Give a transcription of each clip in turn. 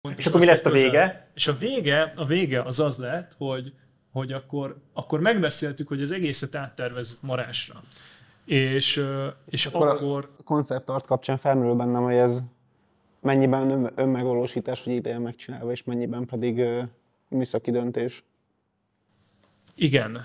És akkor mi lett a közel. vége? És a vége az lett, hogy akkor megbeszéltük, hogy az egészet áttervezzük Marásra. És akkor A konceptart kapcsán felmerül bennem, hogy ez mennyiben önmegvalósítás, hogy ideje megcsinálva, és mennyiben pedig műszaki döntés. igen.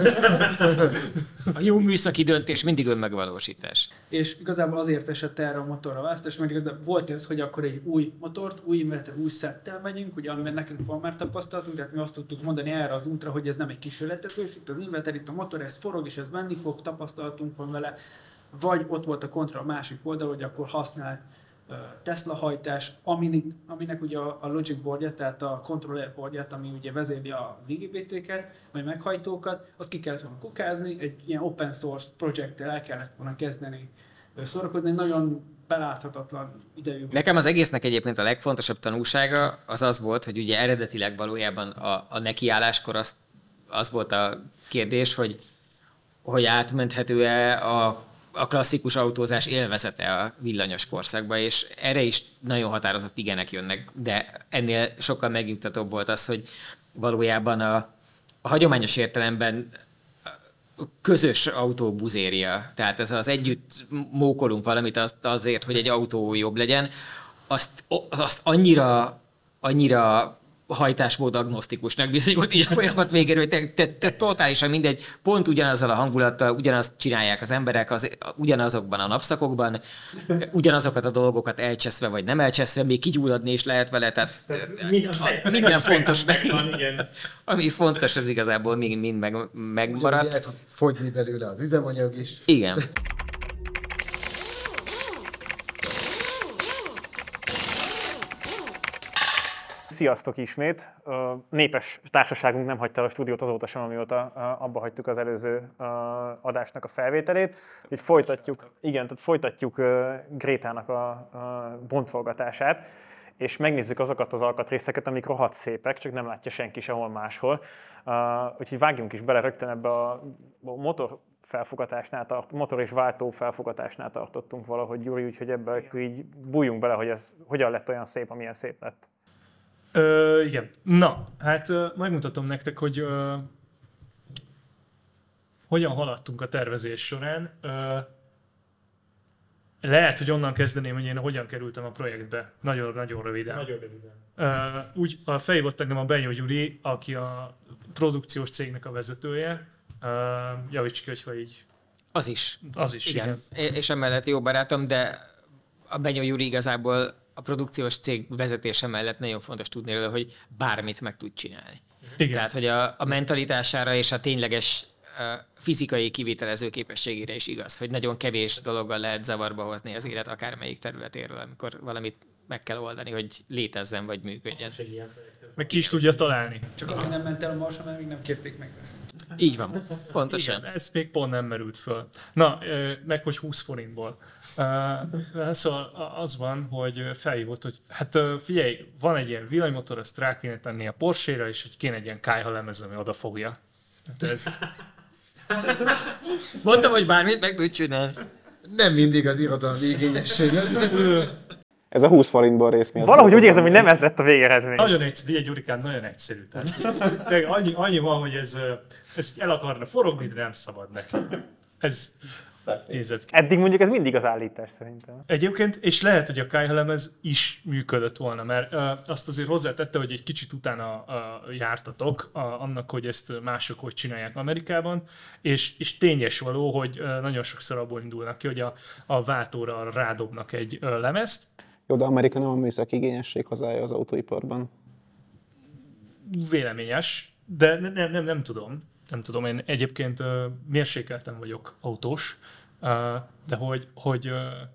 A jó műszaki döntés mindig önmegvalósítás. És igazából azért esett erre a motorra választás, mert igazából volt ez, hogy akkor egy új motort, új inverter, új szettel megyünk, ugye amiben nekünk van már tapasztalatunk, tehát mi azt tudtuk mondani erre az útra, hogy ez nem egy kísérletezés, itt az inverter, itt a motor, ez forog és ez menni fog, tapasztalatunk van vele. Vagy ott volt a kontra a másik oldal, hogy akkor használ Tesla hajtás, aminek ugye a logic boardját, tehát a controller boardját, ami ugye vezéli az IGBT-ket, vagy meghajtókat, azt ki kellett volna kukázni, egy ilyen open source projekttel el kellett volna kezdeni szórakozni, nagyon beláthatatlan idejű. Nekem az egésznek egyébként a legfontosabb tanulsága az volt, hogy ugye eredetileg valójában a nekiálláskor az volt a kérdés, hogy átmenthető-e a klasszikus autózás élvezete a villanyos korszakba, és erre is nagyon határozott igenek jönnek, de ennél sokkal megnyugtatóbb volt az, hogy valójában a hagyományos értelemben közös autóbuzéria, tehát ez az együtt mókolunk valamit azért, hogy egy autó jobb legyen, azt annyira hajtásmód agnosztikusnak bizonyult így a folyamat végére, hogy te totálisan mindegy, pont ugyanazzal a hangulattal, ugyanazt csinálják az emberek, ugyanazokban a napszakokban, ugyanazokat a dolgokat elcseszve vagy nem elcseszve, még kigyulladni is lehet vele, tehát minden fontos, ami fontos, az igazából mind megmaradt. Ugye el tud fogyni belőle az üzemanyag is. Igen. Sziasztok ismét! Népes társaságunk nem hagyta a stúdiót azóta sem, amióta abba hagytuk az előző adásnak a felvételét. Így folytatjuk Grétának a boncolgatását, és megnézzük azokat az alkatrészeket, amik rohadt szépek, csak nem látja senki sehol máshol. Úgyhogy vágjunk is bele rögtön ebbe a motor és váltó felfogatásnál tartottunk valahogy, Gyuri, úgyhogy ebbe akkor így bújjunk bele, hogy ez hogyan lett olyan szép, amilyen szép lett. Igen. Na, hát megmutatom nektek, hogy hogyan haladtunk a tervezés során. Lehet, hogy onnan kezdeném, hogy én hogyan kerültem a projektbe. Nagyon röviden. Nagyon röviden. Úgy felhívott engem a Benyó Gyuri, aki a produkciós cégnek a vezetője. Javíts ki, hogyha így. Az is. Igen. És emellett jó barátom, de a Benyó Gyuri igazából a produkciós cég vezetése mellett nagyon fontos tudni róla, hogy bármit meg tud csinálni. Igen. Tehát, hogy a mentalitására és a tényleges fizikai kivitelező képességére is igaz, hogy nagyon kevés dologgal lehet zavarba hozni az élet akármelyik területéről, amikor valamit meg kell oldani, hogy létezzen vagy működjön. Meg ki is tudja találni. Csak azért nem ment el a Marsra, mert még nem kérték meg. Így van, pontosan. Igen, ez még pont nem merült föl. Na, meg hogy 20 forintból. Szóval az van, hogy felhívott, hogy hát figyelj, van egy ilyen villanymotor, azt rá kéne tenni a Porsche-ra, és hogy kéne egy ilyen kályha lemez, ami odafogja. Hát ez... Mondtam, hogy bármit meg tud csinálni. Nem mindig az irodalmi igényesség ez. Ez a 20 forintból rész miatt. Valahogy úgy érzem, hogy nem ez lett a végeredmény. Nagyon egyszerű, ugye Gyurikán, nagyon egyszerű. Tehát, annyi van, hogy ez el akarna forogni, de nem szabad neki. Ez nézett ki. Eddig mondjuk ez mindig az állítás szerintem. Egyébként, és lehet, hogy a kályhalemez is működött volna, mert azt azért hozzátette, hogy egy kicsit utána jártatok annak, hogy ezt mások hogy csinálják Amerikában, és tényes való, hogy nagyon sokszor abból indulnak ki, hogy a váltóra rádobnak egy lemezt. Jó, de Amerika nem a műszaki igényesség hazája az autóiparban. Véleményes, de nem tudom. Nem tudom, én egyébként mérsékelten vagyok autós, de hogy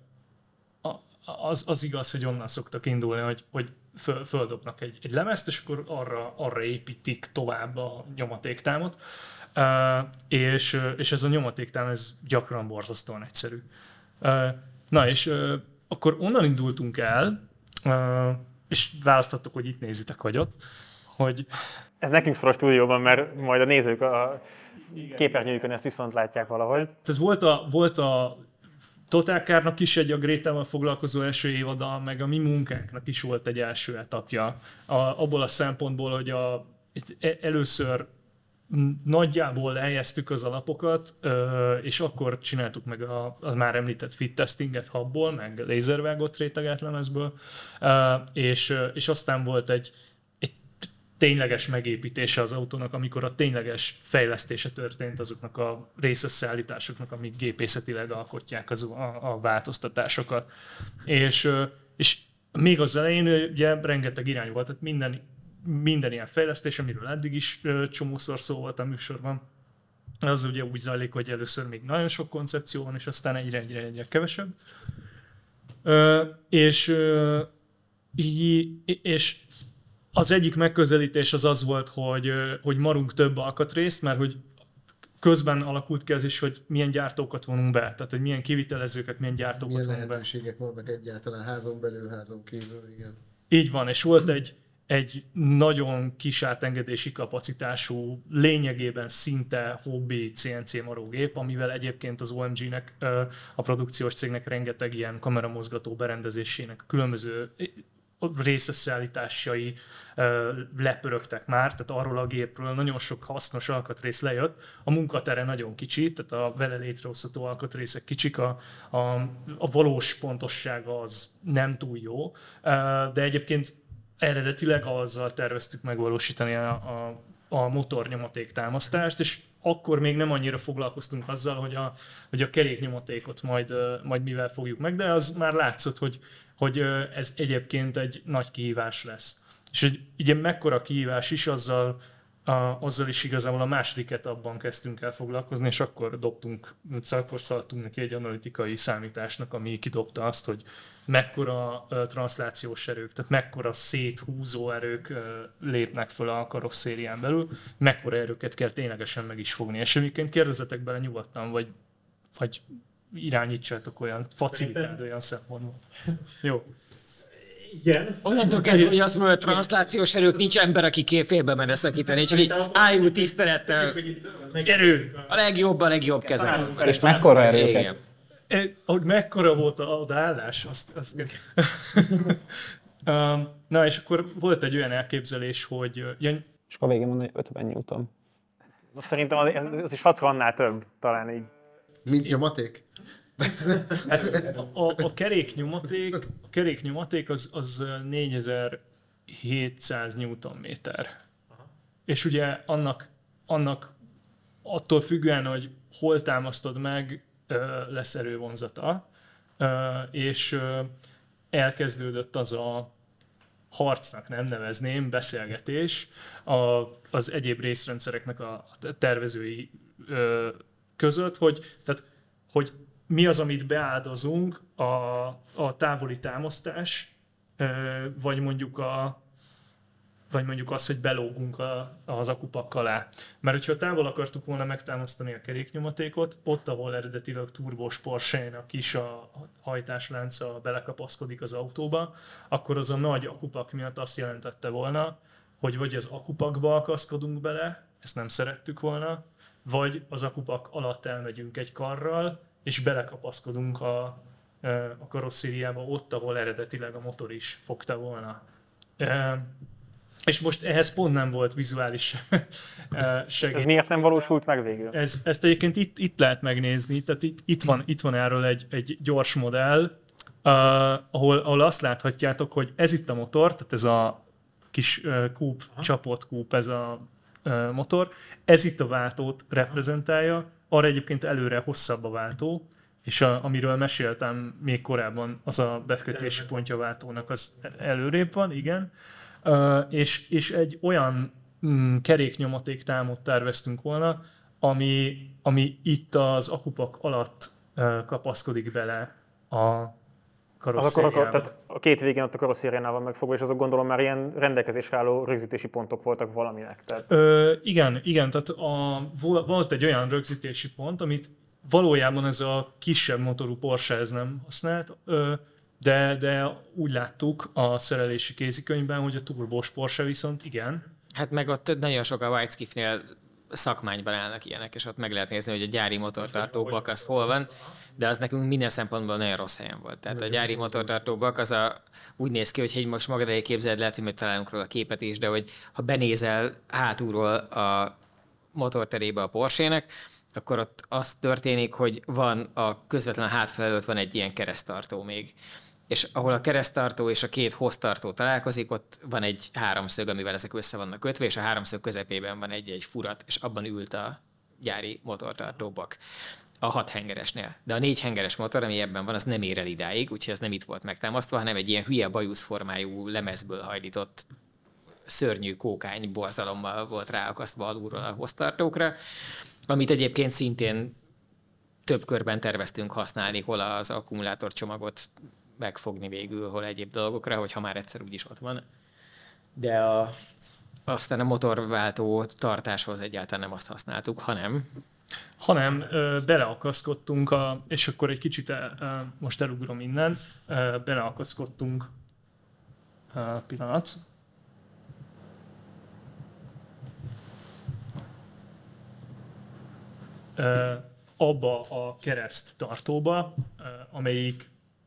az igaz, hogy onnan szoktak indulni, hogy földobnak egy lemezt, és akkor arra építik tovább a nyomatéktámot, és ez a nyomatéktám ez gyakran borzasztóan egyszerű. Na és akkor onnan indultunk el, és választottuk, hogy itt nézitek vagy ott, hogy... Ez nekünk szól a stúdióban, mert majd a nézők a képernyőjükön ezt viszont látják valahogy. Tehát volt a Total Car-nak is a Grétával foglalkozó első évada, meg a mi munkánknak is volt egy első etapja. Abból a szempontból, hogy először nagyjából helyeztük az alapokat, és akkor csináltuk meg az már említett fit testinget hubból, meg lézervágott réteget lemezből, és aztán volt egy tényleges megépítése az autónak, amikor a tényleges fejlesztése történt azoknak a részösszeállításoknak, amik gépészetileg alkotják a változtatásokat. És még az elején ugye rengeteg irány volt, tehát minden ilyen fejlesztés, amiről eddig is csomószor szó volt a műsorban, az ugye úgy zajlik, hogy először még nagyon sok koncepció van, és aztán egyre kevesebb. És az egyik megközelítés az volt, hogy marunk több alkatrészt, mert hogy közben alakult ki az is, hogy milyen gyártókat vonunk be, tehát hogy milyen kivitelezőket, milyen gyártókat Milyen vonunk be. lehetőségek vannak egyáltalán házon belül, házon kívül, igen. Így van, és volt egy nagyon kis átengedési kapacitású, lényegében szinte hobbi CNC marógép, amivel egyébként az OMG-nek, a produkciós cégnek rengeteg ilyen kameramozgató berendezésének különböző részösszeállításai lepörögtek már, tehát arról a gépről nagyon sok hasznos alkatrész lejött. A munkatere nagyon kicsi, tehát a vele létrehozható alkatrészek kicsik, a valós pontossága az nem túl jó, de egyébként eredetileg azzal terveztük megvalósítani a motornyomaték támasztást, és akkor még nem annyira foglalkoztunk azzal, hogy a keréknyomatékot majd mivel fogjuk meg, de az már látszott, hogy ez egyébként egy nagy kihívás lesz. És ugye mekkora kihívás is, azzal is igazából a második etapban kezdtünk el foglalkozni, és akkor szaladtunk neki egy analitikai számításnak, ami kidobta azt, hogy mekkora transzlációs erők, tehát mekkora széthúzó erők lépnek föl a karosszérián belül, mekkora erőket kell ténylegesen meg is fogni. És egyébként kérdezzetek bele nyugodtan, vagy irányítsátok olyan, facilitáld olyan szempontból. Jó. Igen. Onnantól kezdve, hogy azt mondja, hogy transzlációs erők, nincs ember, aki félbe menne szakítani, csak így ájul tisztelettel. Erő! A legjobb kezem. És mekkora erőket? Hogy mekkora volt a odaállás, azt na és akkor volt egy olyan elképzelés, hogy És akkor végén mondani, hogy 50 Newton. Szerintem az is 60-nál több, talán így. Mint nyomaték? hát a keréknyomaték az 4700 Nm. És ugye annak attól függően, hogy hol támasztod meg, lesz erővonzata, és elkezdődött az a harcnak nem nevezném, beszélgetés az egyéb részrendszereknek a tervezői között, hogy mi az, amit beáldozunk a távoli támasztás, vagy mondjuk az, hogy belógunk az akupak alá. Mert hogyha távol akartuk volna megtámasztani a keréknyomatékot, ott, ahol eredetileg turbós Porsche-nak is a hajtáslánca belekapaszkodik az autóba, akkor az a nagy akupak miatt azt jelentette volna, hogy vagy az akupakba akaszkodunk bele, ezt nem szerettük volna, vagy az akupak alatt elmegyünk egy karral, és belekapaszkodunk a karosszériába ott, ahol eredetileg a motor is fogta volna. És most ehhez pont nem volt vizuális segítség. Ez miért nem valósult meg végül? Ezt egyébként itt lehet megnézni, tehát itt van erről egy gyors modell, ahol azt láthatjátok, hogy ez itt a motor, tehát ez a kis kúp, csapott kúp, ez a motor, ez itt a váltót reprezentálja, arra egyébként előre hosszabb a váltó, és amiről meséltem még korábban, az a bekötési pontja a váltónak az előrébb van, igen. És egy olyan keréknyomaték támot terveztünk volna, ami itt az akupak alatt kapaszkodik bele a karosszériába. Tehát a két végén ott a karosszériánál van megfogva, és azok gondolom már ilyen rendelkezésre álló rögzítési pontok voltak valaminek. Tehát... Igen, tehát volt egy olyan rögzítési pont, amit valójában ez a kisebb motorú Porsche ez nem használt, de úgy láttuk a szerelési kézikönyvben, hogy a turbós Porsche viszont igen. Hát meg ott nagyon sok a Whiteskiffnél szakmányban állnak ilyenek, és ott meg lehet nézni, hogy a gyári motortartó bak az hol van, de az nekünk minden szempontból nagyon rossz helyen volt. Tehát a gyári motortartó bak az úgy néz ki, hogy most magad elé képzeld, lehet, hogy majd találunk róla a képet is, de hogy ha benézel hátulról a motorterébe a Porsche-nek, akkor ott az történik, hogy van a közvetlen hátfel előtt van egy ilyen kereszttartó még. És ahol a kereszttartó és a két hoztartó találkozik, ott van egy háromszög, amivel ezek össze vannak kötve, és a háromszög közepében van egy furat, és abban ült a gyári motortartóbak a 6 hengeresnél. De a 4 hengeres motor, ami ebben van, az nem ér el idáig, úgyhogy ez nem itt volt megtámasztva, hanem egy ilyen hülye bajuszformájú lemezből hajlított szörnyű kókány borzalommal volt ráakasztva alulról a hoztartókra, amit egyébként szintén több körben terveztünk használni, hol az akkumulátorcsomagot megfogni végül, hol egyéb dolgokra, hogyha már egyszer úgyis ott van. De aztán a motorváltó tartáshoz egyáltalán nem azt használtuk, hanem beleakaszkodtunk, és akkor egy kicsit most elugrom innen, beleakaszkodtunk pillanat. Abba a kereszt tartóba, amelyik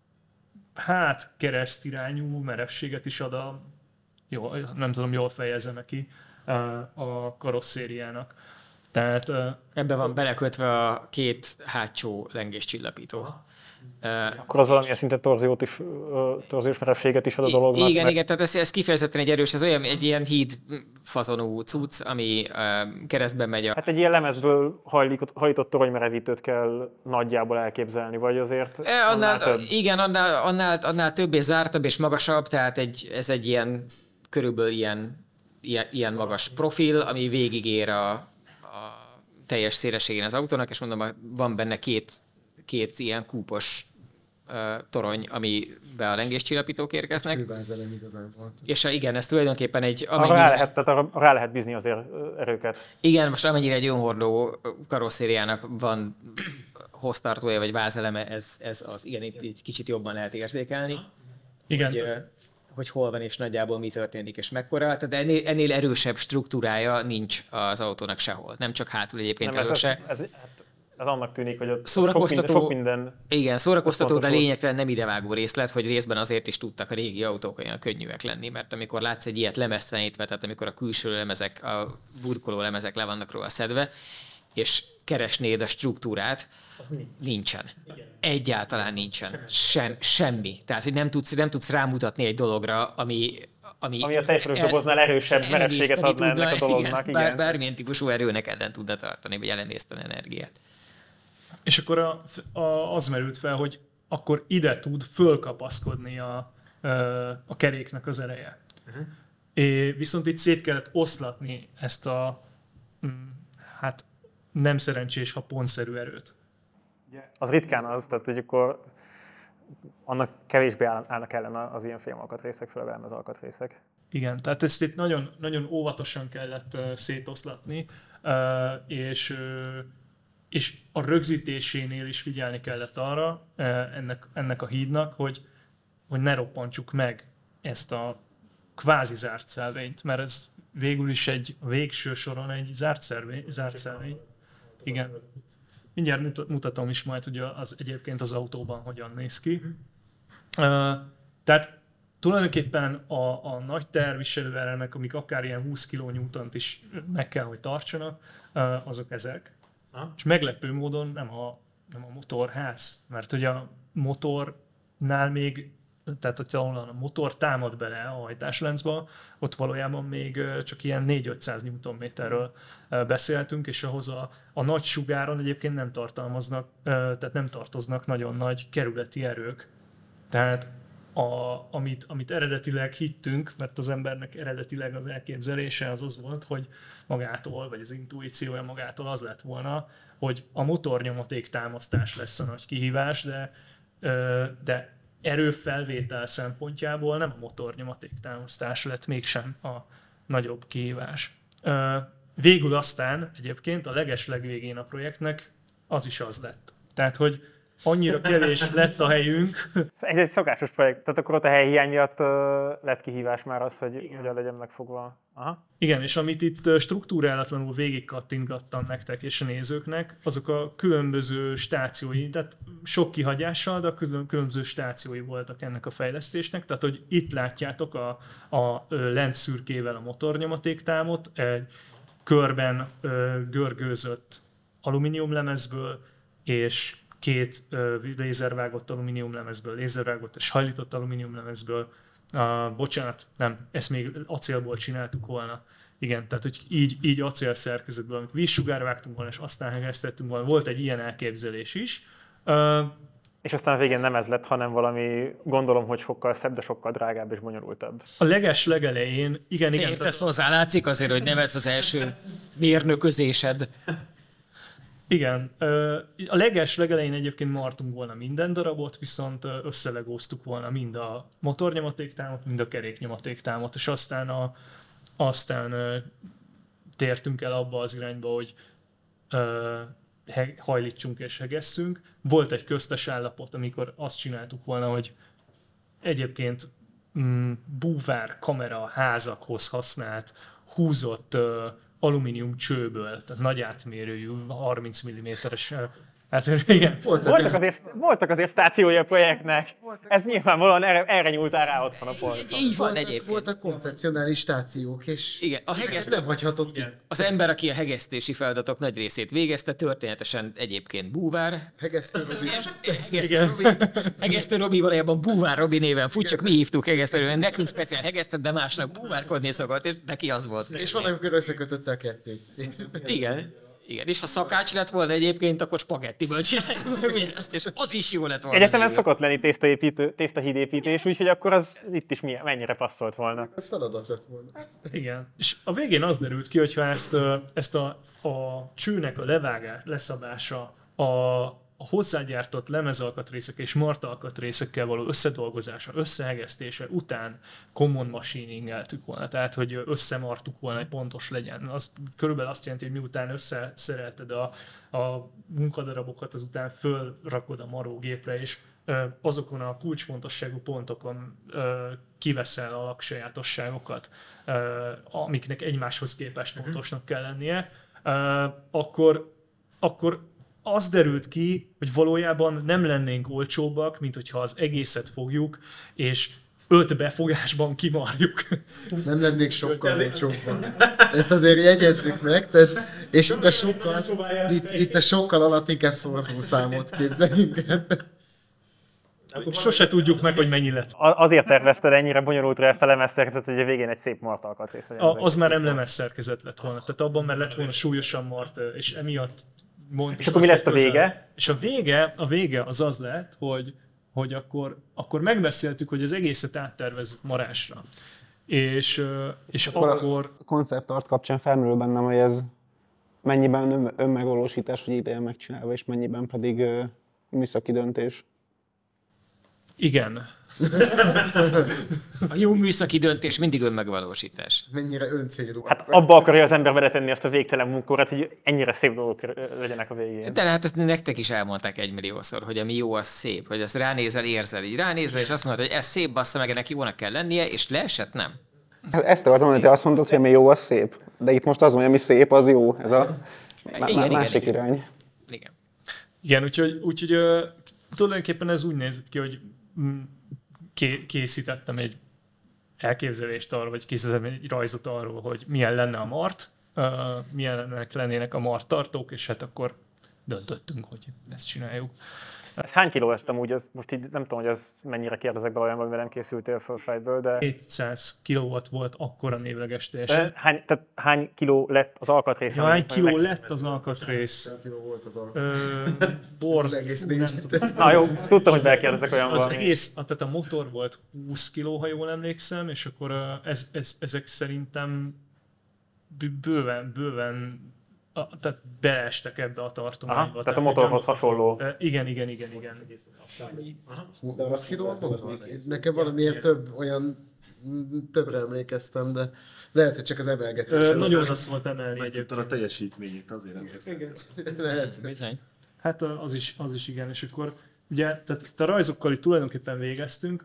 hát kereszt irányú merevséget is ad nem tudom, jól fejezem ki, a karosszériának. Tehát, ebben van belekötve a két hátsó lengéscsillapító. Akkor az valamilyen szinten torziós merevséget is ad a dolognak. Igen, tehát ez kifejezetten egy erős, ez olyan egy ilyen híd fazonú cucc, ami keresztben megy Hát egy ilyen lemezből hajlított toronymerevítőt kell nagyjából elképzelni, vagy azért annál több? Igen, annál több és zártabb és magasabb, tehát ez egy ilyen, körülbelül ilyen magas profil, ami végigér a teljes szélességén az autónak, és mondom, van benne két ilyen kúpos torony, amiben a lengéscsillapítók érkeznek. Fővázelem igazából. És igen, ez tulajdonképpen egy... Arra rá lehet bízni azért erőket. Igen, most amennyire egy önhordó karosszériának van hoztartója vagy vázeleme, ez az, igen, itt kicsit jobban lehet érzékelni. igen, Hogy hol van és nagyjából mi történik és mekkora. Tehát ennél erősebb struktúrája nincs az autónak sehol. Nem csak hátul egyébként erőse. Ez annak tűnik, hogy ott Szórakoztató, sok minden... Igen, szórakoztató, de volt. lényegtelen nem idevágó részlet, hogy részben azért is tudtak a régi autók olyan könnyűek lenni, mert amikor látsz egy ilyet lemeztelenítve, tehát amikor a külső lemezek, a burkoló lemezek le vannak róla szedve, és keresnéd a struktúrát, nincsen. Egyáltalán nincsen. Semmi. Tehát, hogy nem tudsz rámutatni egy dologra, ami a teljes doboznál erősebb merevséget adna ennek a dolognak. Igen. Bármilyen típusú erőnek ellen tudna tartani, vagy ellenészteni energiát. és akkor az merült fel, hogy akkor ide tud fölkapaszkodni a keréknek az ereje. Viszont itt szét kellett oszlatni ezt a hát nem szerencsés, ha pontszerű erőt. Az ritkán az, tehát hogy akkor annak kevésbé állnak ellen az ilyen fémalkatrészek, főleg elmezalkatrészek. Igen, tehát ezt itt nagyon, nagyon óvatosan kellett szétoszlatni, és a rögzítésénél is figyelni kellett arra ennek a hídnak, hogy ne roppantsuk meg ezt a kvázi zárt szelvényt, mert ez végül is a végső soron egy zárt szelvény. Igen. Mindjárt mutatom is majd, hogy egyébként az autóban hogyan néz ki. Tehát tulajdonképpen a nagy terviselőerőnek, amik akár ilyen 20 kN is meg kell, hogy tartsanak, azok ezek. És meglepő módon nem a motorház, mert hogy a motornál még, tehát hogyha a motor támad bele a hajtásláncba, ott valójában még csak ilyen 400-500 Nm-ről beszéltünk, és ahhoz a nagy sugáron egyébként nem tehát nem tartoznak nagyon nagy kerületi erők. Tehát amit eredetileg hittünk, mert az embernek eredetileg az elképzelése az volt, hogy magától, vagy az intuíciója magától az lett volna, hogy a motornyomaték támasztás lesz a nagy kihívás, de erőfelvétel szempontjából nem a motornyomaték támasztás lett mégsem a nagyobb kihívás. Végül aztán egyébként a legeslegvégén a projektnek az is az lett. Tehát, hogy annyira kevés lett a helyünk. Ez egy szokásos projekt, tehát akkor ott a helyhiány miatt lett kihívás már az, hogy hogyan legyen megfogva. Aha. Igen, és amit itt struktúrálatlanul végigkattintgattam nektek és a nézőknek, azok a különböző stációi, tehát sok kihagyással, de a különböző stációi voltak ennek a fejlesztésnek. Tehát, hogy itt látjátok a lent szürkével a motornyomatéktámot, egy körben görgőzött alumíniumlemezből, és két lézervágott alumíniumlemezből, lézervágott és hajlított alumíniumlemezből. Bocsánat, nem, ezt még acélból csináltuk volna. Igen, tehát hogy így acél szerkezetből, amit vízsugárra vágtunk volna, és aztán hegesztettünk volna. Volt egy ilyen elképzelés is. És aztán a végén nem ez lett, hanem valami, gondolom, hogy sokkal szebb, de sokkal drágább és bonyolultabb. A legelején, igen. Értesz hozzá, látszik azért, hogy nem ez az első mérnöközésed. Igen. A legelején egyébként martunk volna minden darabot, viszont összelegóztuk volna mind a motornyomatéktámot, mind a keréknyomatéktámot, és aztán tértünk el abba az irányba, hogy hajlítsunk és hegesszünk. Volt egy köztes állapot, amikor azt csináltuk volna, hogy egyébként búvár kamera házakhoz használt, húzott alumínium csőből, tehát nagy átmérőjű, 30 mm-es. Hát igen. Voltak azért stációi a projektnek. Ez nyilvánvalóan erre nyúltál rá otthon a polcon. Így van egyébként. Voltak koncepcionális stációk, és igen, nem hagyhatod ki. Az ember, aki a hegesztési feladatok nagy részét végezte, történetesen egyébként búvár. Hegesztő Hegesztő Robi valójában Búvár Robi néven fut, csak mi hívtuk hegesztő, nekünk speciál hegesztett, de másnak búvárkodni szokott, és neki az volt. És van, amikor összekötötte a kettőt. Igen, és ha szakács lett volna egyébként, akkor spagettiből csináljuk meg mindezt, és az is jó lett volna. Egyetemen szokott lenni tésztahídépítés, úgyhogy akkor az itt is mennyire passzolt volna. Ez feladat lett volna. Igen. És a végén az derült ki, hogyha ezt a csőnek a leszabása, a hozzágyártott lemezalkatrészek és martalkatrészekkel való összedolgozása, összehegesztése után common machiningeltük volna, tehát hogy összemartuk volna, hogy pontos legyen. Az körülbelül azt jelenti, hogy miután összeszerelted a munkadarabokat, azután fölrakod a marógépre, és azokon a kulcsfontosságú pontokon kiveszel a laksajátosságokat, amiknek egymáshoz képest pontosnak kell lennie, akkor az derült ki, hogy valójában nem lennénk olcsóbbak, mint hogyha az egészet fogjuk, és 5 befogásban kimarjuk. Nem lennék sokkal olcsóbban. Ezt azért jegyezzük meg, és itt a sokkal alatt inkább szózószámot képzeljünk el. Sose tudjuk meg, hogy mennyi lett. Azért tervezted ennyire bonyolultra ezt a lemezszerkezetet, hogy a végén egy szép martalkatrész legyen. Az már nem lemezszerkezet lett volna, tehát abban már lett volna súlyosan mart, és emiatt mondtuk. És akkor mi lett a vége? És a vége az lett, hogy akkor megbeszéltük, hogy az egészet áttervezzük Marásra. És akkor A konceptart kapcsán felmerül bennem, hogy ez mennyiben önmegvalósítás, hogy ideje megcsinálva, és mennyiben pedig műszaki döntés. igen. A jó műszaki döntés mindig önmegvalósítás. Mennyire öncélú. Hát abba akarja az ember beletenni azt a végtelen munkórát, hogy ennyire szép dolgok legyenek a végén. De hát ezt nektek is elmondták 1 milliószor, hogy ami jó, az szép, hogy azt ránézel, érzel, így ránézel, és azt mondod, hogy ez szép, bassza meg, ennek jónak kell lennie, és leesett, nem. Ezt akartam mondani, hogy te azt mondod, hogy ami jó, az szép. De itt most az van, hogy ami szép, az jó. Ez a másik irány. Igen. Igen, úgyhogy tulajdonképpen ez úgy nézett ki, hogy készítettem egy elképzelést arról, vagy készítettem egy rajzot arról, hogy milyen lenne a mart, milyenek lennének a mart tartók, és hát akkor döntöttünk, hogy ezt csináljuk. Ez hány kiló lett amúgy? Most így nem tudom, hogy az mennyire kérdezek bele olyan, amivel nem készültél föl fejből, de... 700 kilowatt volt akkor a névleges De teljesítmény. hány kiló lett az alkatrész? Ja, hány kiló lett az alkatrész? Kiló volt az alkatrész. Bor, Az egész nem négy. tudom. Na jó, tudtam, hogy belkérdezek olyan Az valami. egész, tehát a motor volt 20 kiló, ha jól emlékszem, és akkor ezek szerintem bőven tehát beleestek ebbe a tartományba. Aha, tehát a motorhoz hasonló. Igen. 20 kiló volt? Nekem valamiért többre emlékeztem, de lehet, hogy csak az emelgetés. Nagyon rossz volt emelni Megtudtad egyébként. a teljesítményét, azért emlékszem. Lehet. Bizony. Hát az is igen, és akkor ugye, tehát a rajzokkal itt tulajdonképpen végeztünk.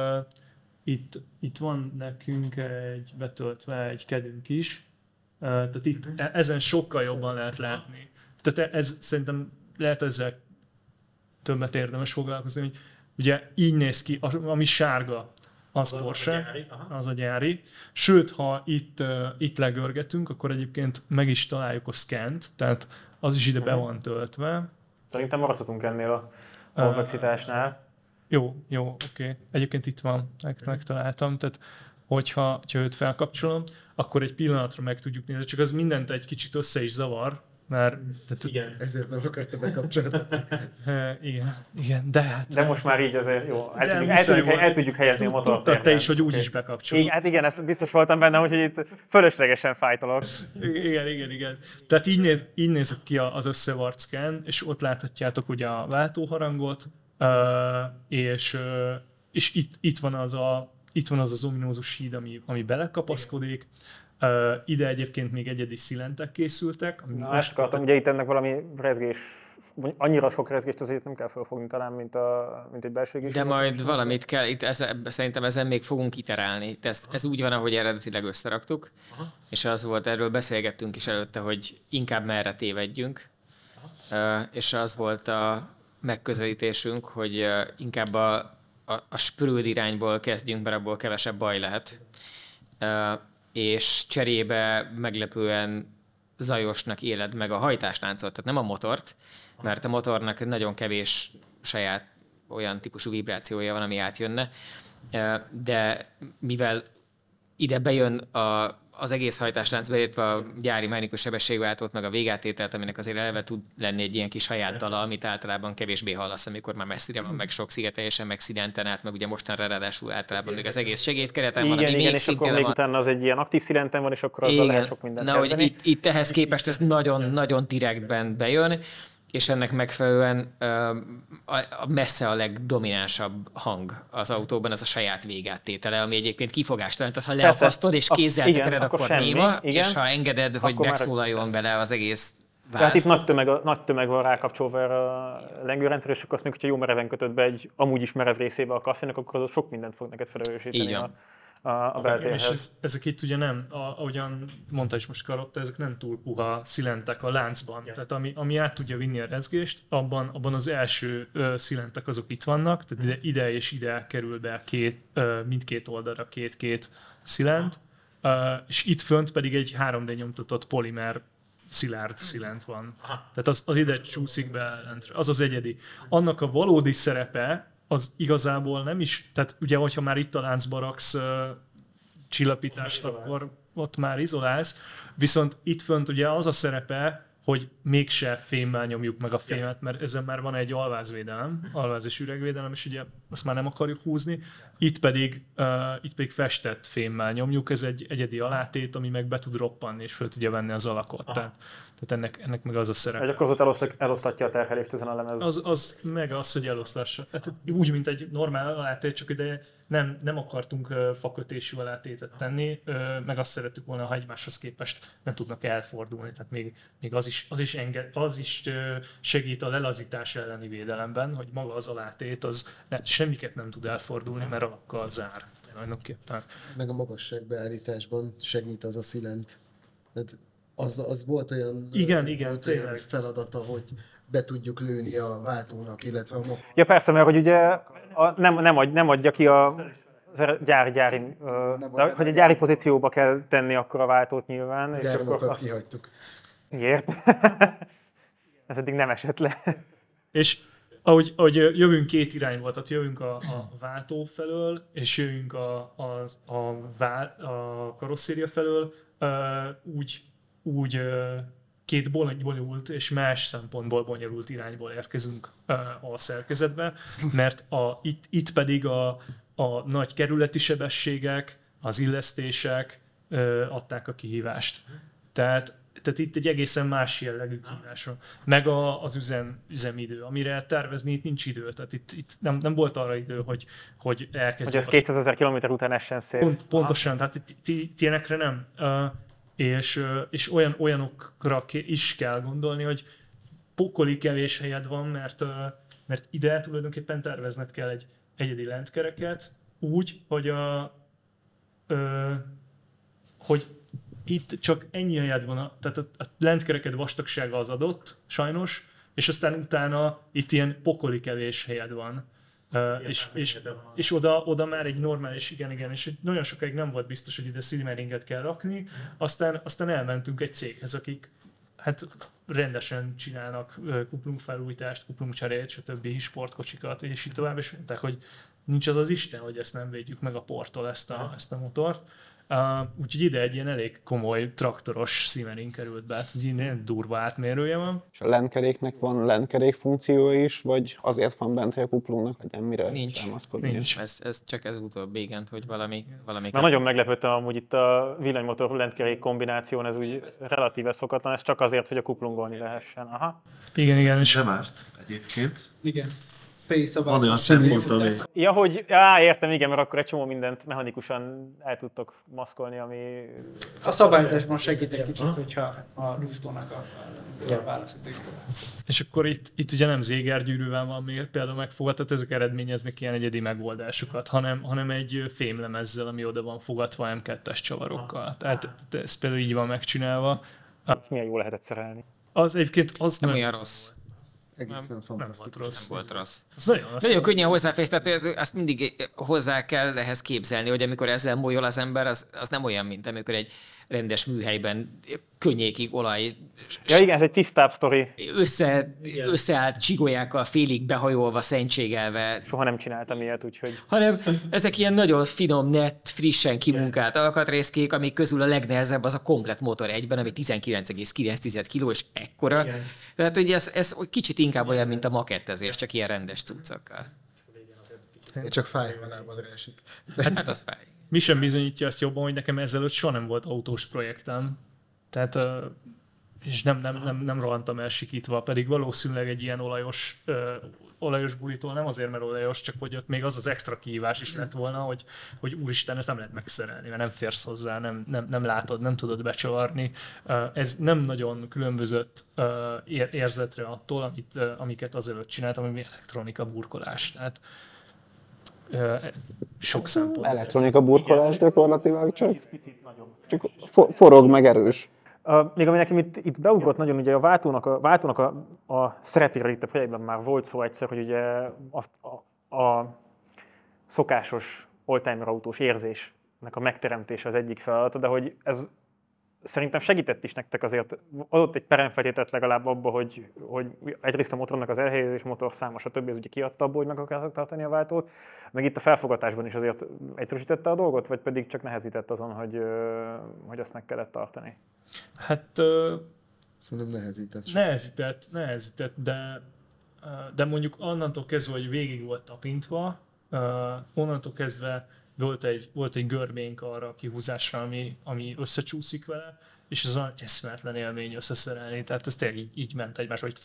Itt van nekünk betöltve egy kedünk is. Tehát itt ezen sokkal jobban lehet látni. Tehát ez szerintem lehet ezzel többet érdemes foglalkozni, hogy ugye így néz ki, ami sárga, az Porsche, az a gyári. Sőt, ha itt legörgetünk, akkor egyébként meg is találjuk a scant, tehát az is ide be van töltve. Szerintem maradhatunk ennél a komplexitásnál. Jó, oké. Egyébként itt van, megtaláltam, tehát hogyha őt felkapcsolom, akkor egy pillanatra meg tudjuk nézni, csak az mindent egy kicsit össze is zavar, mert... Tehát, Igen. Ezért nem akartam bekapcsolni. igen, de hát... De most már így azért jó, muszáj el tudjuk helyezni a motort. Tudtad te is, hogy úgy is bekapcsolod. Hát igen, ezt biztos voltam benne, úgyhogy itt fölöslegesen fájtalok. Igen. Tehát így nézett ki az összevart scan, és ott láthatjátok ugye a váltóharangot, és itt van az az ominózus híd, ami belekapaszkodik. Ide egyébként még egyedi szilentek készültek. Na, ezt akartam, ugye itt ennek valami rezgés, annyira sok rezgést azért nem kell felfogni talán, mint egy belső égés. De majd valamit kell, szerintem ezen még fogunk iterálni. Ez úgy van, ahogy eredetileg összeraktuk, és az volt, erről beszélgettünk is előtte, hogy inkább merre tévedjünk, és az volt a megközelítésünk, hogy inkább a spröd irányból kezdjünk, mert abból kevesebb baj lehet. És cserébe meglepően zajosnak éled meg a hajtásláncot, tehát nem a motort, mert a motornak nagyon kevés saját olyan típusú vibrációja van, ami átjönne, de mivel ide bejön az egész hajtáslánc, beértve a gyári mechanikus sebességváltót, meg a végátételt, aminek azért eleve tud lenni egy ilyen kis saját dala, amit általában kevésbé hallasz, amikor már messzire van, meg sok szigeteljesen, meg szidenten át, meg ugye mostanra ráadásul általában még az egész segédkereten van, ami még és akkor még van. utána az egy ilyen aktív szilenten van, és akkor azzal lehet sok mindent kezdeni. Hogy itt ehhez képest ez nagyon direktben bejön, és ennek megfelelően messze a legdominánsabb hang az autóban az a saját végáttétele, ami egyébként kifogástalan. Tehát ha leakasztod és kézzel tekered, akkor néma, és ha engeded, hogy megszólaljon vele az egész váz. Tehát itt nagy tömeg van rákapcsolva erre a lengőrendszer, és akkor azt még, hogyha jó mereven kötöd be egy amúgy is merev részébe a kasszinak, akkor az sok mindent fog neked felerősíteni a beltérhez. És ezek itt ugye nem, ahogyan mondta is most Karotta, ezek nem túl puha szilentek a láncban. Ja. Tehát ami át tudja vinni a rezgést, abban az első szilentek azok itt vannak, tehát ide és ide kerül be mindkét oldalra két szilent, és itt fönt pedig egy 3D nyomtatott polimer szilárd szilent van. Tehát az ide csúszik be, az az egyedi. Annak a valódi szerepe az igazából nem is, tehát ugye, hogyha már itt a láncba raksz csillapítást, akkor ott már izolálsz, viszont itt fönt ugye az a szerepe, hogy mégse fémmel nyomjuk meg a fémet, mert ezen már van egy alvázvédelem, alváz és üregvédelem, és ugye azt már nem akarjuk húzni. Itt pedig festett fémmel nyomjuk, ez egy egyedi alátét, ami meg be tud roppanni, és föl tudja venni az alakot. Tehát ennek meg az a szerepe. Vagy akkor ott elosztatja a terhelést ezen a lemez. Az meg az, hogy elosztassa. Hát úgy, mint egy normál alátét, csak ide nem akartunk fakötésű alátétet tenni, meg azt szerettük volna, ha egymáshoz képest nem tudnak elfordulni. Tehát még az is segít a lelazítás elleni védelemben, hogy maga az alátét semmiket nem tud elfordulni, mert alakkal zár. Tulajdonképpen. Meg a magasságbeállításban segít az a szilent. Tehát az volt olyan, igen, olyan feladata, hogy be tudjuk lőni a váltónak, illetve a Ja persze, mert hogy ugye nem adja ki a gyári hogy a gyári pozícióba kell tenni akkor a váltót nyilván. De és akkor azt kihagytuk. Miért? Ez eddig nem esett le. És ahogy jövünk két irányból, tehát jövünk a váltó felől, és jövünk a karosszéria felől, úgy két bonyolult és más szempontból bonyolult irányból érkezünk a szerkezetbe, mert itt pedig a nagy kerületi sebességek, az illesztések adták a kihívást. Tehát itt egy egészen más jellegű kihívásra. Meg az üzemidő, amire tervezni itt nincs idő. Tehát itt nem volt arra idő, hogy elkezdjük. Hogy ez 200 000 kilométer után essen szét. Pontosan, tehát itt ilyenekre nem. És olyanokra is kell gondolni, hogy pokoli kevés helyed van, mert ide tulajdonképpen tervezned kell egy egyedi lentkereket úgy, hogy itt csak ennyi helyed van, tehát a lentkereked vastagsága az adott, sajnos, és aztán utána itt ilyen pokoli kevés helyed van. És oda már egy normális, igen, és nagyon sokáig nem volt biztos, hogy ide simmeringet kell rakni, aztán elmentünk egy céghez, akik hát rendesen csinálnak kuplungfelújítást, kuplungcserét, stb. Sportkocsikat, és így tovább, és mondták, hogy nincs az az Isten, hogy ezt nem védjük meg a porttól, ezt a motort. Úgyhogy ide egy ilyen elég komoly traktoros simmering került be, hát így ilyen durva átmérője van. És a lentkeréknek van lentkerék funkciója is, vagy azért van bent, hogy a kuplungnak legyen mire Nincs. támaszkodni? Nincs. Ez csak ez utóbbi, igen, hogy valami Na, nagyon meglepődtem amúgy itt a villanymotor lentkerék kombináción, ez úgy relatíve szokatlan, ez csak azért, hogy a kuplungolni lehessen. Aha. Igen, és Nem árt egyébként. Igen. Pace Van olyan szempont, ami... Ja, hogy, értem, igen, mert akkor egy csomó mindent mechanikusan el tudtok maszkolni, ami... A szabályzásban segít egy kicsit, hogyha a Rustónak a választék. És akkor itt ugye nem zégergyűrűvel van még például megfogva, tehát ezek eredményeznek ilyen egyedi megoldásokat, hanem egy fémlemezzel, ami oda van fogatva M2-es csavarokkal. Tehát ez például így van megcsinálva. Ezt milyen jól lehetett szerelni. Az egyébként az nem nem olyan rossz. Egészen nem fantasztikus. volt rossz. Nem volt rossz. Az Nagyon könnyen hozzáférsz, tehát azt mindig hozzá kell ehhez képzelni, hogy amikor ezzel molyol az ember, az nem olyan, mint amikor egy rendes műhelyben könnyékig olaj Ja igen, ez egy tisztább sztori. összeállt csigolyákkal félig behajolva, szentségelve, Soha nem csináltam ilyet, úgyhogy... hanem ezek ilyen nagyon finom, nett, frissen kimunkált alkatrészkék, amik közül a legnehezebb az a komplet motor egyben, ami 19,9 kg és ekkora. Igen. Tehát ugye ez kicsit inkább olyan, mint a makettezés, csak ilyen rendes cuccokkal. Csak fájvalából esik. Hát az fáj. Mi sem bizonyítja azt jobban, hogy nekem ezelőtt soha nem volt autós projektem. Tehát, és nem rohantam el sikítva, pedig valószínűleg egy ilyen olajos bulitól nem azért, mert olajos, csak hogy ott még az extra kihívás is lett volna, hogy úristen, ezt nem lehet megszerelni, mert nem férsz hozzá, nem látod, nem tudod becsavarni. Ez nem nagyon különbözött érzetre attól, amiket azelőtt csináltam, ami elektronika burkolás. Tehát, sok szempont. Elektronika burkolás gyakorlatilag csak forog meg erős. Még ami nekem itt beugrott nagyon, ugye a váltónak a szerepéről itt a projektben már volt szó egyszer, hogy ugye azt a szokásos oldtimer autós érzésnek a megteremtése az egyik feladata, de hogy ez szerintem segített is nektek azért, adott egy peremfeltételt legalább abba, hogy egyrészt a motornak az elhelyezés, motorszáma, stb. Ez ugye kiadta abból, hogy meg akartak tartani a váltót, meg itt a felfogatásban is azért egyszerűsítette a dolgot, vagy pedig csak nehezített azon, hogy azt meg kellett tartani? Hát Szerintem nehezített. Nehezített, de mondjuk onnantól kezdve, hogy végig volt tapintva, onnantól kezdve volt egy görbénk arra a kihúzásra, ami összecsúszik vele, és ez olyan eszméletlen élmény összeszerelni, tehát ez tényleg így ment egymás, hogy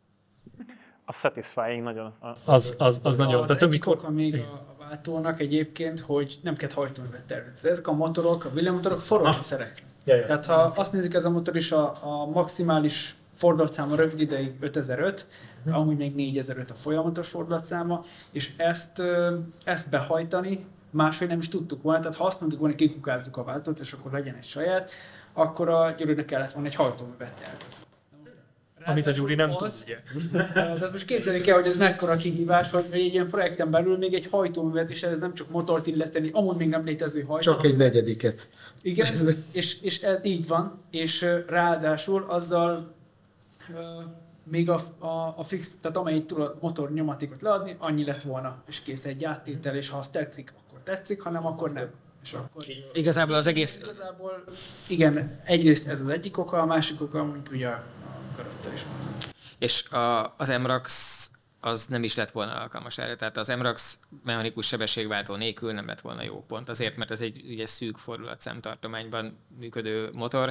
A satisfying nagyon. az nagyon. Az egyik oka még a váltónak egyébként, hogy nem kell hajtóművet tervezni. Ezek a motorok, a villanymotorok forogni szeretnek. Tehát ha azt nézik, ez a motor is a maximális fordulatszáma rövid ideig 5005, amúgy még 4005 a folyamatos fordulatszáma, és ezt behajtani máshogy nem is tudtuk volna, tehát ha azt mondtuk volna, hogy kikukázzuk a váltót, és akkor legyen egy saját, akkor a Gyurinak kellett volna egy hajtóművet tervezni. Amit a Gyuri nem tud, ugye. Tehát most képzeljük el, hogy ez mekkora kihívás, hogy egy ilyen projekten belül még egy hajtóművet, és ez nem csak motort illeszteni, amúgy még nem létező hajtó. Csak egy negyediket. Igen, és ez így van, és ráadásul azzal még a fix, tehát amelyik tud a motor nyomatékot leadni, annyi lett volna, és kész egy áttétel, és ha az tetszik, akkor tetszik, hanem akkor nem. És akkor Igazából az egész... Igazából, igen, egyrészt ez az egyik oka, a másik oka, mint ugye a karakter is van. És az MRAX az nem is lett volna alkalmas erre, tehát az MRAX mechanikus sebességváltó nélkül nem lett volna jó pont, azért, mert ez egy ugye szűk fordulatszámtartományban működő motor,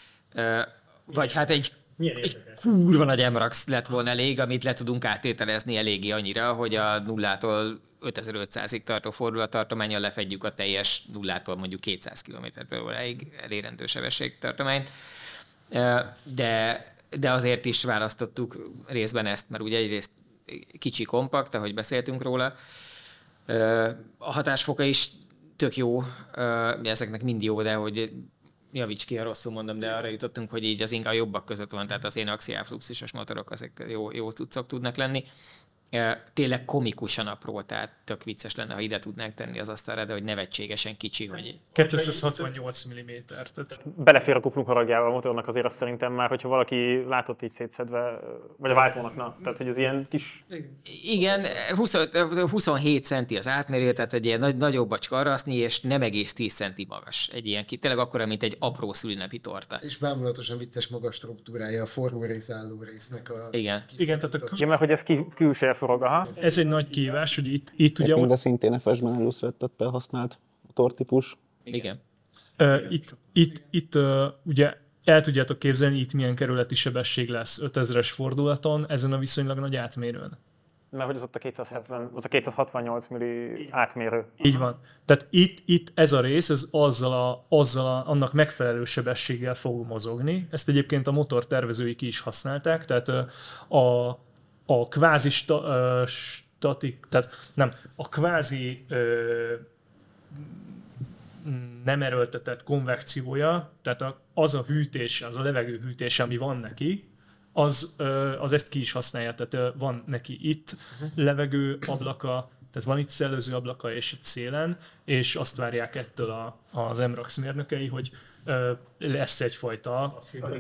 vagy hát egy kurva nagy MRAX lett volna elég, amit le tudunk áttételezni eléggé annyira, hogy a 0-tól 5500-ig tartó fordulattartománnyal lefedjük a teljes 0-tól mondjuk 200 km/h-ig elérendő sebességtartományt. De azért is választottuk részben ezt, mert ugye egyrészt kicsi, kompakt, ahogy beszéltünk róla. A hatásfoka is tök jó, ezeknek mind jó, de hogy javíts ki, ha rosszul mondom, de arra jutottunk, hogy így az inkább jobbak között van, tehát az én axiálfluxusos motorok, ezek jó cuccok tudnak lenni. Tényleg komikusan apró, tehát tök vicces lenne, ha ide tudnánk tenni az asztalra, de hogy nevetségesen kicsi, hogy... 268 mm. Tehát Belefér a kuplung haragjával a motornak azért azt szerintem már, hogyha valaki látott így szétszedve, vagy a váltónak, na, tehát hogy az ilyen kis... Igen, 27 centi az átmérő, tehát egy ilyen nagyobb a karasznyi, és nem egész 10 centi magas. Egy ilyen, tényleg akkora, mint egy apró szülinapi torta. És bámulatosan vicces magas struktúrája a forró rész, álló résznek a... Igen. igen, tehát Ja, mert hogy ez külső forog, aha. ez egy nagy kihívás, hogy itt ugye... Mind a szintén FS-ben illusztrettettel használt motortípus. Igen. Itt ugye el tudjátok képzelni, itt milyen kerületi sebesség lesz 5000-es fordulaton, ezen a viszonylag nagy átmérőn. Mert hogy az ott a 270, az a 268 milli átmérő. Így van. Tehát itt ez a rész, ez annak megfelelő sebességgel fog mozogni. Ezt egyébként a motortervezői ki is használták, tehát a kvázi a kvázi nem erőltetett konvekciója, tehát az a hűtés, az a levegő hűtése, ami van neki, az ezt ki is használja, tehát van neki itt levegő ablaka, tehát van itt szellőző ablaka és itt szélen, és azt várják ettől az MRAX mérnökei, hogy lesz egyfajta...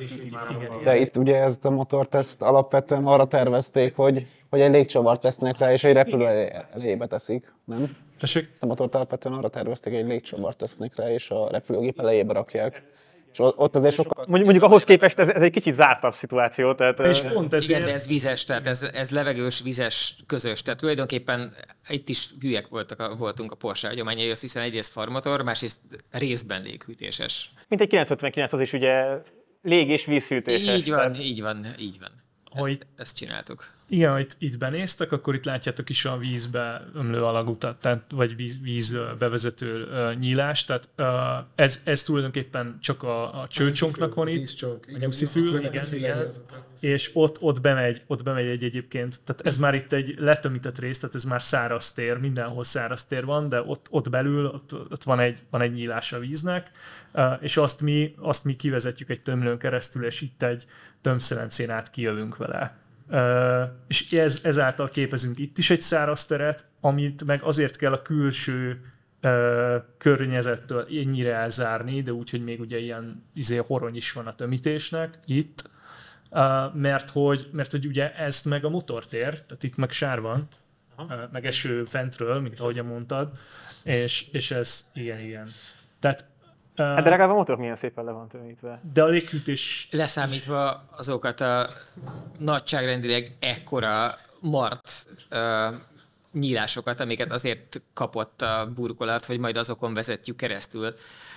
De itt ugye ezt a motort ezt alapvetően arra tervezték, hogy egy légcsavart tesznek rá, és egy repülő elébe teszik, nem? Tessék? Ezt a motort alapvetően arra tervezték, hogy egy légcsavart tesznek rá, és a repülőgép elejébe rakják. És ott azért sokkal... Mondjuk ahhoz képest ez egy kicsit zártabb szituáció, tehát... És pont ezért... Igen, de ez vizes, tehát ez levegős, vizes, közös. Tehát tulajdonképpen itt is hülyek voltunk a Porsche hagyományai, hiszen egyrészt farmotor, másrészt részben léghűtéses. Mint egy 959, az is ugye lég- és vízhűtéses. Így van. Ezt csináltuk. Igen, ha itt benéztek, akkor itt látjátok is a vízbe ömlő alagutat, tehát, vagy víz bevezető nyílást, tehát ez tulajdonképpen csak a csőcsonknak van itt, Vízcsonk. a nyuszifül, igen. És ott bemegy egy egyébként, tehát ez már itt egy letömített rész, tehát ez már száraz tér, mindenhol száraz tér van, de ott belül ott van egy nyílás a víznek, és azt mi kivezetjük egy tömlőn keresztül, és itt egy tömszelencén át kijövünk vele. És ezáltal képezünk itt is egy száraz teret, amit meg azért kell a külső környezettől ennyire elzárni, de úgy, hogy még ugye ilyen horony is van a tömítésnek itt, mert hogy ugye ezt meg a motortér, tehát itt meg sár van, meg eső fentről, mint ahogy mondtad, és ez igen. Tehát Hát de legalább a motor milyen szépen le van tömítve. de a léghűtés... Leszámítva azokat a nagyságrendileg ekkora mart nyílásokat, amiket azért kapott a burkolat, hogy majd azokon vezetjük keresztül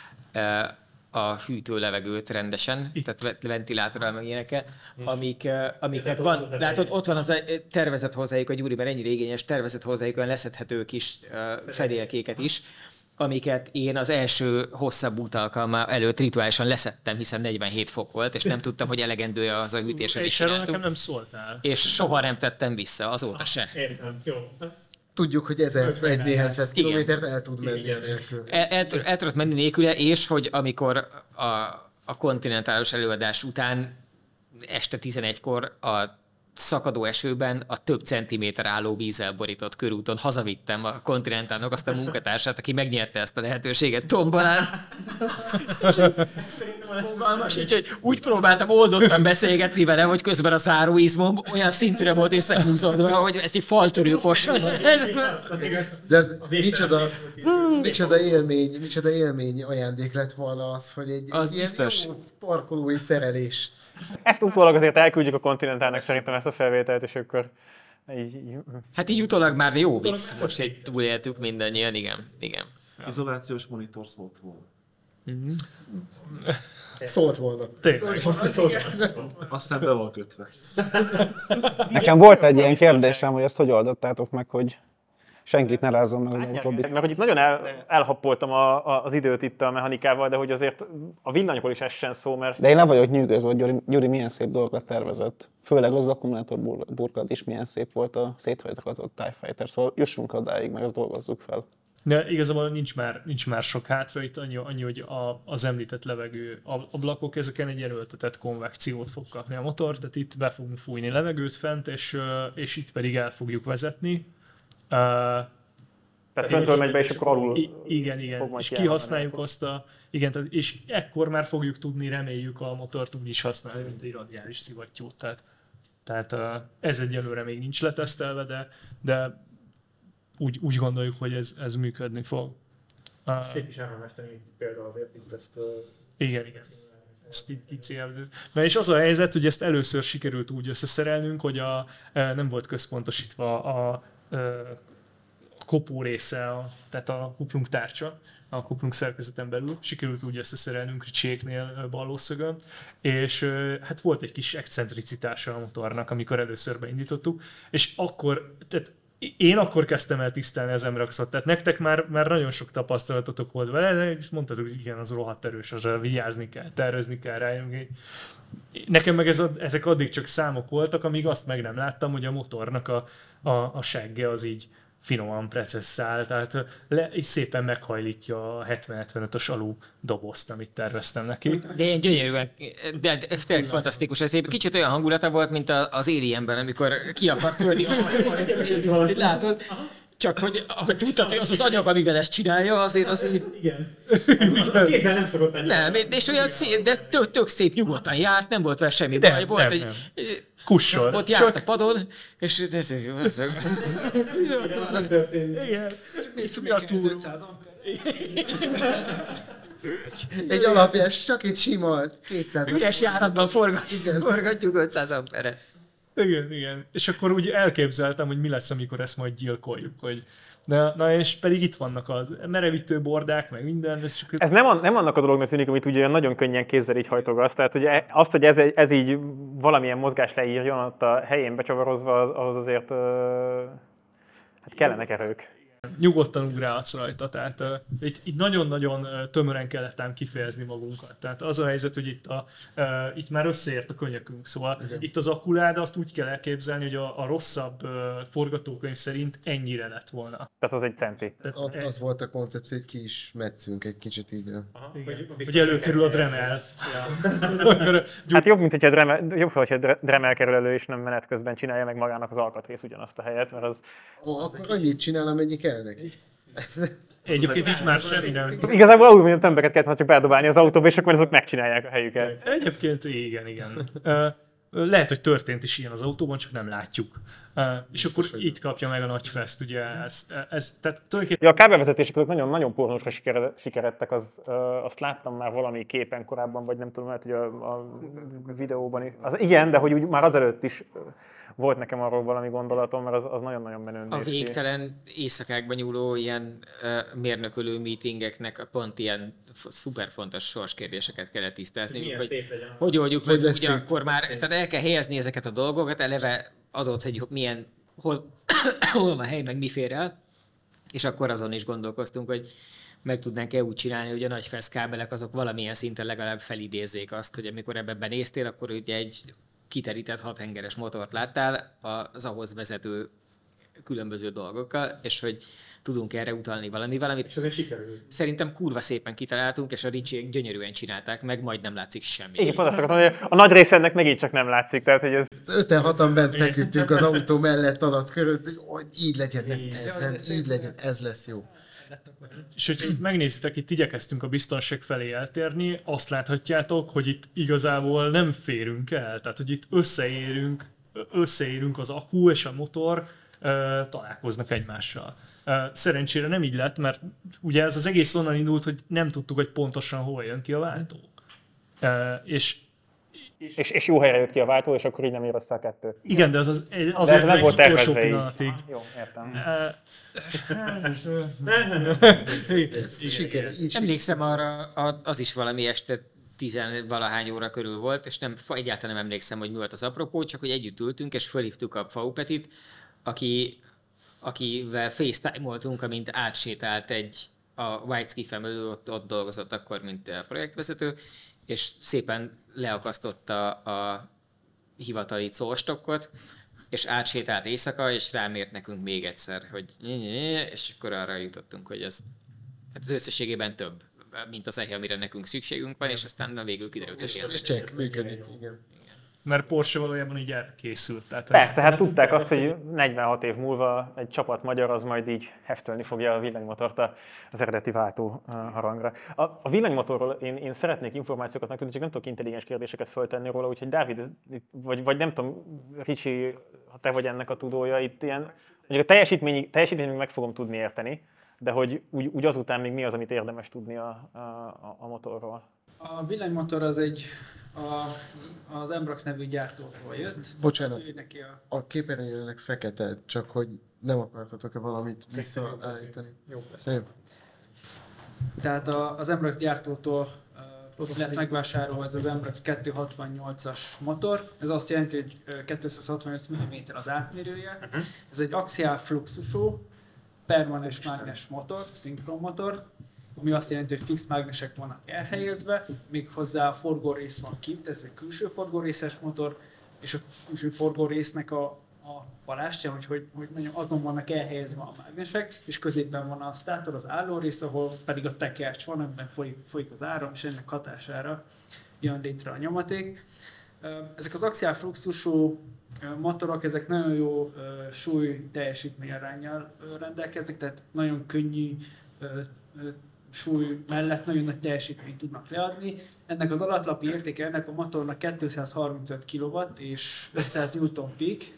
a hűtő levegőt rendesen, tehát ventilátorral meg ilyenekkel, amiknek van, látod, ott van az tervezett hozzájuk, a Gyuri, mert ennyire igényes, tervezett hozzájuk olyan leszedhető kis fedélkéket is, amiket én az első hosszabb útalkalma előtt rituálisan leszettem, hiszen 47 fok volt, és nem tudtam, hogy elegendő az a hűtés, amit És erről nekem csináltunk. nem szóltál. És soha nem tettem vissza, azóta se. Értem, jó. Tudjuk, hogy egy néhány száz kilométert el tud menni nélkül. El tudott menni nélküle, és hogy amikor a kontinentális előadás után este 11-kor a szakadó esőben a több centiméter álló vízzel borított körúton hazavittem a kontinentálnak azt a munkatársát, aki megnyerte ezt a lehetőséget tombolán. Fogalmas így, hogy úgy próbáltam oldottan beszélgetni vele, hogy közben a záróizmom olyan szintűre volt összehúzódva, hogy ezt egy faltörő kosson. De ez micsoda élmény ajándék lett volna az, hogy egy Az ilyen biztos. jó parkolói szerelés. Ezt utólag azért elküldjük a kontinentálnak szerintem ezt a felvételt, és akkor így... Hát így utólag már jó vicc. Most egy túléltük mindannyian, igen. Izolációs monitor szólt volna. Szólt volna. Tényleg. Aztán be van kötve. Nekem volt egy ilyen kérdésem, hogy ezt hogy oldottátok meg, hogy Senkit ne rázzon meg az autóbit. Mert hogy itt nagyon elhappoltam az időt itt a mechanikával, de hogy azért a villanyokról is essen szó, mert De én le vagyok nyűgözve, hogy Gyuri milyen szép dolgokat tervezett. Főleg az akkumulátor burkolat is milyen szép volt a széthajtogatott TIE Fighter, szóval jussunk odáig, meg ezt dolgozzuk fel. De igazából nincs már sok hátra, itt annyi hogy az említett levegő ablakok, ezeken egy erőltetett konvekciót fog kapni a motor, tehát itt be fogunk fújni levegőt fent, és itt pedig el fogjuk vezetni. tehát föntről megy be, és akkor alul Igen, fog majd és kiállni. kihasználjuk azt igen, tehát, és ekkor már fogjuk tudni, reméljük a motort úgy is használni, mint egy radiális szivattyút. Tehát ez egyelőre még nincs letesztelve, de úgy gondoljuk, hogy ez működni fog. Szép is elmesteni például azért itt ezt... Igen. Ezt így kicélyezni. Na és az a helyzet, hogy ezt először sikerült úgy összeszerelnünk, hogy nem volt központosítva a kopó része, tehát a kuplung tárcsa, a kuplung szerkezeten belül. Sikerült úgy összeszerelnünk Ricséknél ballószögön, és hát volt egy kis excentricitása a motornak, amikor először beindítottuk, és akkor, tehát én akkor kezdtem el tisztelni az MRAX-ot, tehát nektek már nagyon sok tapasztalatotok volt vele, és mondtatok, hogy igen, az rohadt erős, azra vigyázni kell, tervezni kell rá. Nekem meg ezek addig csak számok voltak, amíg azt meg nem láttam, hogy a motornak a segge az így finoman precesszál, tehát és szépen meghajlítja a 70-75-ös alú dobozt, amit terveztem neki. De ilyen gyönyörűen, de ez tényleg fantasztikus. Ez kicsit olyan hangulata volt, mint az Alienben, amikor ki akar törni a motor. Látod? Csak hogy tudtad, hogy az az anyag, amivel ezt csinálja, azért... Igen. Az kézzel nem szokott ennyire. Nem, és olyan szép, de tök szép nyugodtan járt, nem volt vele semmi baj. Volt egy... Kussor. Ott járt a padon, és... Igen. Mi a túl? Egy alapjás, csak egy sima 200. Üres járatban forgatjuk 500 ampere. Igen. És akkor úgy elképzeltem, hogy mi lesz, amikor ezt majd gyilkoljuk, hogy na és pedig itt vannak az merevítő bordák, meg minden. Ez nem annak a dolognak tűnik, amit ugye nagyon könnyen kézzel így hajtogasz. Tehát ugye azt, hogy ez így valamilyen mozgás leírjon ott a helyén becsavarozva, az azért hát kellenek erők. Nyugodtan ugrálhatsz rajta, tehát itt nagyon-nagyon tömören kellett ám kifejezni magunkat. Tehát az a helyzet, hogy itt már összeért a könyökünk, szóval itt az akkulád azt úgy kell elképzelni, hogy a rosszabb forgatókönyv szerint ennyire lett volna. Tehát az egy centi. Ott az volt a koncepció, hogy ki is metszünk egy kicsit így. Hogy előkerül a Dremel. Hát jobb, hogyha Dremel kerül elő, és nem menet közben csinálja meg magának az alkatrész ugyanazt a helyet, mert az... Akkor annyit csinál, amennyit kell neki. Egyébként itt már semmi nem. Igazából alumínium tömböket kellett csak bedobálni az autóba, és akkor azok megcsinálják a helyüket. Egyébként igen. Lehet, hogy történt is ilyen az autóban, csak nem látjuk. És akkor itt kapja meg a nagy fest, ugye tehát tulajdonképpen... Ja, a kábelvezetések azok nagyon pornósra sikeredtek, azt láttam már valami képen korábban, vagy nem tudom, lehet, hogy a videóban is. Igen, de hogy úgy már azelőtt is volt nekem arról valami gondolatom, mert az nagyon-nagyon menőn A néz ki. végtelen éjszakákban nyúló ilyen mérnökölő meetingeknek pont ilyen szuper fontos sorskérdéseket kellett tisztázni. Hogy oldjuk meg, ugyanakkor már, tehát el kell helyezni ezeket a dolgokat, eleve adott, hogy milyen, hol van hely, meg mi fér el, és akkor azon is gondolkoztunk, hogy meg tudnánk-e úgy csinálni, hogy a nagy feszkábelek azok valamilyen szinten legalább felidézzék azt, hogy amikor ebben benéztél, akkor ugye egy kiterített 6 hengeres motort láttál az ahhoz vezető különböző dolgokkal, és hogy tudunk erre utalni valamivel, amit És azért sikerült. szerintem kurva szépen kitaláltunk, és a Ricsiek gyönyörűen csinálták meg, majd nem látszik semmi. Igen, pont azt akartam, hogy a nagy része ennek megint csak nem látszik, tehát hogy ez... 5-6-an bent feküdtünk az autó mellett adat körött, hogy így legyen, így legyen, ez lesz jó. És hogy megnézitek, itt igyekeztünk a biztonság felé eltérni, azt láthatjátok, hogy itt igazából nem férünk el, tehát hogy itt összeérünk az akku és a motor, találkoznak egymással. Szerencsére nem így lett, mert ugye ez az egész onnan indult, hogy nem tudtuk, hogy pontosan hol jön ki a váltó. És jó helyre jött ki a váltó, és akkor így nem ér össze a kettő. Igen, de azért nem az volt utolsó tervezve így. pillanatig. Jó, értem. Sikerül, így Emlékszem arra, az is valami este 10-valahány óra körül volt, és egyáltalán nem emlékszem, hogy mi volt az apropó, csak hogy együtt ültünk, és fölhívtuk a Faupetit, aki akivel FaceTime-oltunk, amint átsétált a White Skiff-en belül, ott dolgozott akkor, mint a projektvezető, és szépen leakasztotta a hivatali szóstokkot, és átsétált éjszaka, és rámért nekünk még egyszer, hogy és akkor arra jutottunk, hogy az összességében több, mint az amire nekünk szükségünk van, és aztán végül kiderült, hogy És check, működik, igen. Mert Porsche valójában így erre készült. Tehát Persze, hát tudták azt, hogy 46 év múlva egy csapat magyar az majd így heftölni fogja a villanymotort az eredeti váltó harangra. A villanymotorról én szeretnék információkat megtudni, csak nem tudok intelligens kérdéseket föltenni róla, úgyhogy Dávid, vagy nem tudom, Ricsi, ha te vagy ennek a tudója, itt ilyen, mondjuk a teljesítményt meg fogom tudni érteni, de hogy úgy azután még mi az, amit érdemes tudni a motorról. A villanymotor az az Embrax nevű gyártótól jött. Bocsánat, Ő neki a képernyőnek fekete, csak hogy nem akartatok-e valamit visszaállítani. Jó, szép. Tehát az Embrax gyártótól lett megvásárolva ez az Embrax 268-as motor. Ez azt jelenti, hogy 268 mm az átmérője. Ez egy axiál fluxusú, permanens mágnes motor, szinkronmotor, ami azt jelenti, hogy fix mágnesek vannak elhelyezve, méghozzá a forgórész van kint, ez egy külső forgórészes motor, és a külső forgórésznek a balástja, hogy mondjam, azon vannak elhelyezve a mágnesek, és középen van a státor, az állórész, ahol pedig a tekercs van, amiben folyik az áram, és ennek hatására jön létre a nyomaték. Ezek az axiál fluxusú motorok, ezek nagyon jó súly teljesítményaránnyal rendelkeznek, tehát nagyon könnyű súly mellett nagyon nagy teljesítményt tudnak leadni. Ennek az alatlapi értéke ennek a motornak 235 kW és 500 Nm-peak.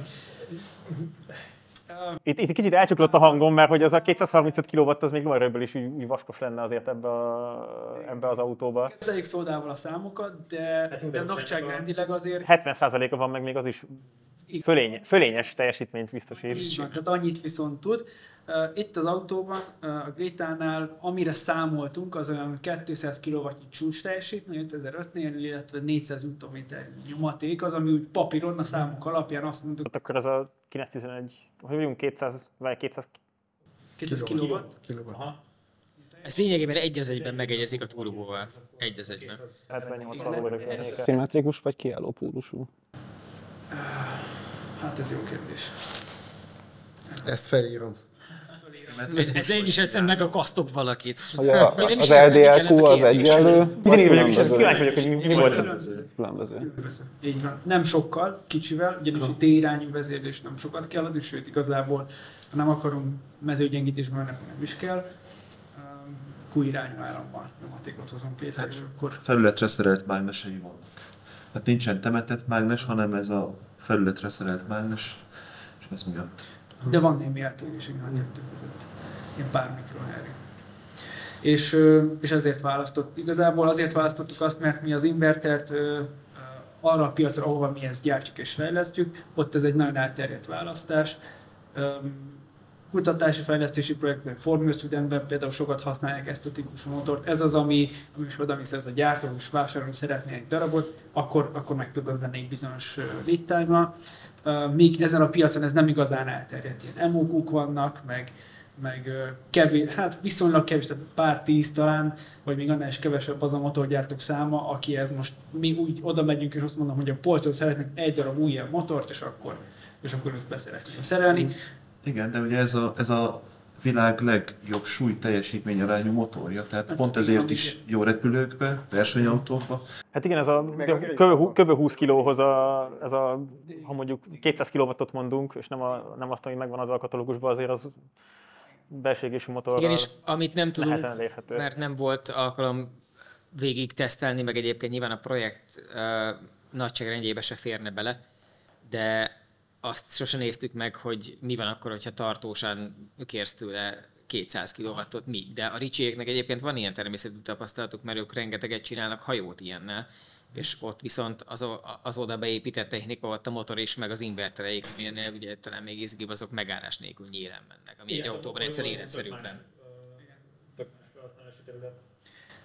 Itt kicsit elcsuklott a hangom, mert hogy az a 235 kW az még lóerőből is úgy vaskos lenne azért ebbe az autóba. Kezeljük szódával a számokat, de nagyságrendileg azért 70%-a van, meg még az is fölényes teljesítményt biztosít. így van, tehát annyit viszont tud. Itt az autóban, a Grétánál, amire számoltunk, az olyan 200 kW csúcs teljesítmény 5005-nél, illetve 400 Nm nyomaték, az, ami úgy papíron a számok alapján azt mondtuk, Ott akkor az a 911, hogy vagyunk 200 kW. Ez lényegében egy az egyben megegyezik a turbóval. Egy az egyben. 70-80 lóerő. Szimmetrikus vagy kiálló pólusú? Hát ez jó kérdés. Ezt felírom. Ez egy is egyszerűen megakasztok valakit. Hogy Még nem is az értem, mit jelent LDLQ a az kérdés. egyenlő, Ugyanígy vagyok, és különböző? kíváncsi vagyok, hogy mi volt. Különböző. Így van. Nem sokkal, kicsivel, ugyanis a T-irányú vezérlés nem sokat kell adni, sőt igazából, ha nem akarunk mezőgyengítésben menni, akkor nem is kell. Q-irányú árammal nyomatékot hozunk létre, Hát, és akkor felületre szerelt mágnesei vannak. Hát nincsen temetett mágnes, hanem ez a felületre szerelt mágnes, és ez mi a... de van némi eltérés a kettő között. Ilyen pár mikrohertz. És ezért igazából azért választottuk azt, mert mi az invertert arra a piacra, ahova mi ezt gyártjuk és fejlesztjük, ott ez egy nagyon elterjedt választás. Kutatási fejlesztési projektben, Formula Studentben például sokat használják ezt a típusú motort. Ez az, ami is odamész ez a gyártó, és vásárolni szeretné egy darabot, akkor meg tudod venni egy bizonyos lead time-mal. Míg ezen a piacon ez nem igazán elterjedt. Ilyen MOQ-k vannak, meg kevés, hát viszonylag kevés, tehát pár 10 talán, vagy még annál is kevesebb az a motorgyártók száma, aki ez most, mi úgy oda megyünk, és azt mondom, hogy a polcról szeretnék egy darab újabb motort, és akkor ezt be szeretném szerelni. Igen, de ugye ez a világ legjobb súly teljesítmény arányú motorja, tehát Hát, pont ezért is jó repülőkbe, versenyautókba. Hát igen, ez a kb. 20 kilóhoz ha mondjuk 200 kilowattot mondunk, és nem azt, ami megvan adva a katalógusban, azért az belségésű motorral Igen, és amit nem tudunk, nehezen elérhető. mert nem volt alkalom végig tesztelni, meg egyébként nyilván a projekt nagyságrendjébe se férne bele, de azt sose néztük meg, hogy mi van akkor, hogyha tartósan kérsz tőle 200 kW-ot mi. De a Ricsiéknek egyébként van ilyen természetű tapasztalatuk, mert ők rengeteget csinálnak hajót ilyennel, és ott viszont az oda beépített technika, ott a motor is, meg az invertereik, amilyennél ugye talán még izgibb, azok megállás nélkül nyílen mennek, ami egy autóban egyszer életszerűtlen.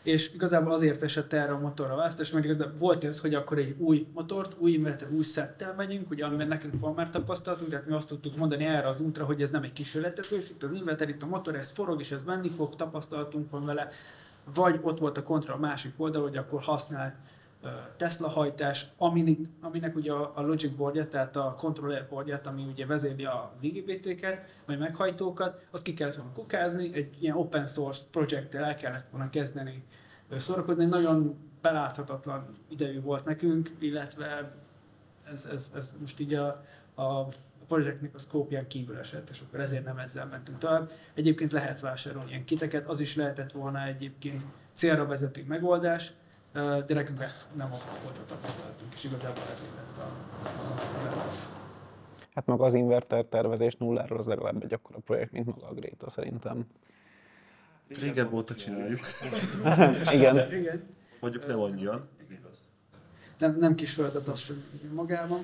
és igazából azért esett erre a motorra a választás, mert igazából volt ez, hogy akkor egy új motort, új inverter, új szettel megyünk, ugye amiben nekünk van már tapasztalatunk, tehát mi azt tudtuk mondani erre az útra, hogy ez nem egy kísérletezős, itt az inverter, itt a motor, ez forog, és ez menni fog, tapasztalatunk van vele, vagy ott volt a kontra a másik oldal, hogy akkor használ Tesla hajtás, aminek ugye a logic boardja, tehát a controller boardját, ami ugye vezéli az IGBT-ket, vagy meghajtókat, azt ki kellett volna kukázni, egy ilyen open source projekttel el kellett volna kezdeni szórakozni. Nagyon beláthatatlan idejű volt nekünk, illetve ez most így a projektnek a szkópján kívül esett, és akkor ezért nem ezzel mentünk tovább. Egyébként lehet vásárolni ilyen kiteket, az is lehetett volna egyébként célra vezető megoldás, de nekünk nem volt a tapasztalatunk, és igazából ezért lett az elválasztás. Hát meg az inverter tervezés nulláról az legalább egy akkora projekt, mint maga a Greta szerintem. Régen óta csináljuk. Igen. Igen. Mondjuk nem annyian. Nem kis feladat az sem magában,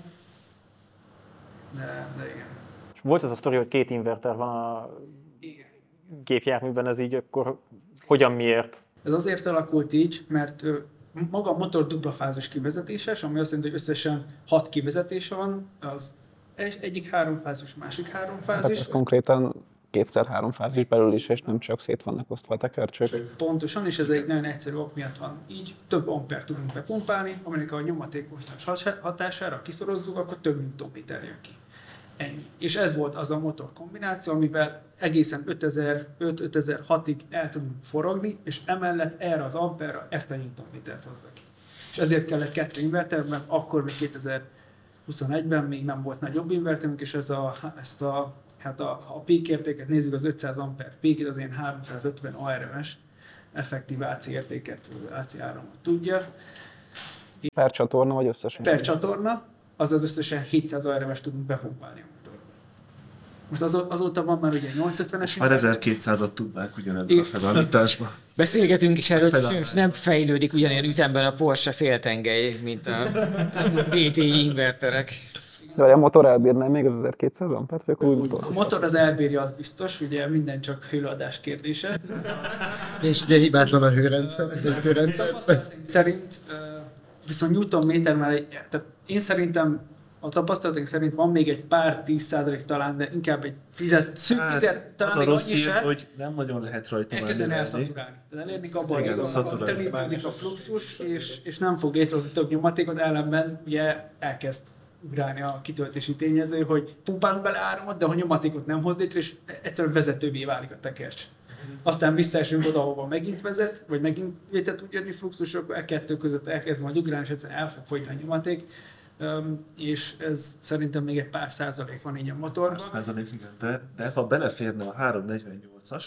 de igen. És volt ez a sztori, hogy 2 inverter van a Igen. gépjárműben, ez így akkor hogyan, miért? Ez azért alakult így, mert maga a motor dupla fázis kivezetéses, ami azt jelenti, hogy összesen 6 kivezetése van, az egyik 3 fázis, másik 3 Tehát fázis. ez konkrétan 2x3 fázis belül is, és nem csak szét vannak osztva a tekercsők. Pontosan, és ez egy nagyon egyszerű ok miatt van így. Több amper tudunk bepumpálni, aminek a nyomatékosítás hatására kiszorozzuk, akkor több newtonméter jön ki. Ennyi. És ez volt az a motor kombináció, amivel egészen 5005-5006-ig el tudunk forogni, és emellett erre az amperra ezt a newtonmétert hozza ki. És ezért kellett 2 inverter, mert akkor még 2021-ben még nem volt nagyobb inverterünk, és a peak értéket nézzük, az 500 amper peak, az ilyen 350 ARMS effektív AC értéket, AC áramot tudja. Per csatorna vagy összesen? Per csatorna, azaz összesen 700 ARMS tudunk bepumpálni a motorba. Most azóta van már ugye 850-es Már 1200-at tudnánk ugyanebben a felállításban. Beszélgetünk is erről, és nem fejlődik ugyanilyen ütemben a Porsche féltengely, mint a BT inverterek. De a motor elbírná még az 1200 ampert, vagy akkor új motor? A motor az elbírja, az biztos, ugye minden csak hőleadás kérdése. És ugye hibátlan a hőrendszer, a hőrendszer. Tapasztalataink szerint viszont newtonméter mellé, tehát én szerintem a tapasztalataink szerint van még egy pár 10% talán, de inkább egy szűk 10, talán az még a rossz annyi hír, se, hogy nem nagyon lehet rajta elkezdeni menni. elszaturálni. Tehát elérnék abban, Igen, a hogy szaturálni. telítődik a fluxus, és nem fog létrehozni több nyomatékot, ellenben ugye elkezd ugrálni a kitöltési tényező, hogy pumpálunk bele áramot, de ha nyomatékot nem hoz létre, és egyszerűen vezetővé válik a tekercs. Aztán visszaesünk oda, ahova megint vezet, vagy megint létre tud jönni fluxus, akkor e kettő között elkezd majd ugrálni, és egyszerűen el fog fogyni a nyomaték. És ez szerintem még egy pár százalék van így a motorban. Százalék, igen. De ha beleférne a 348-as,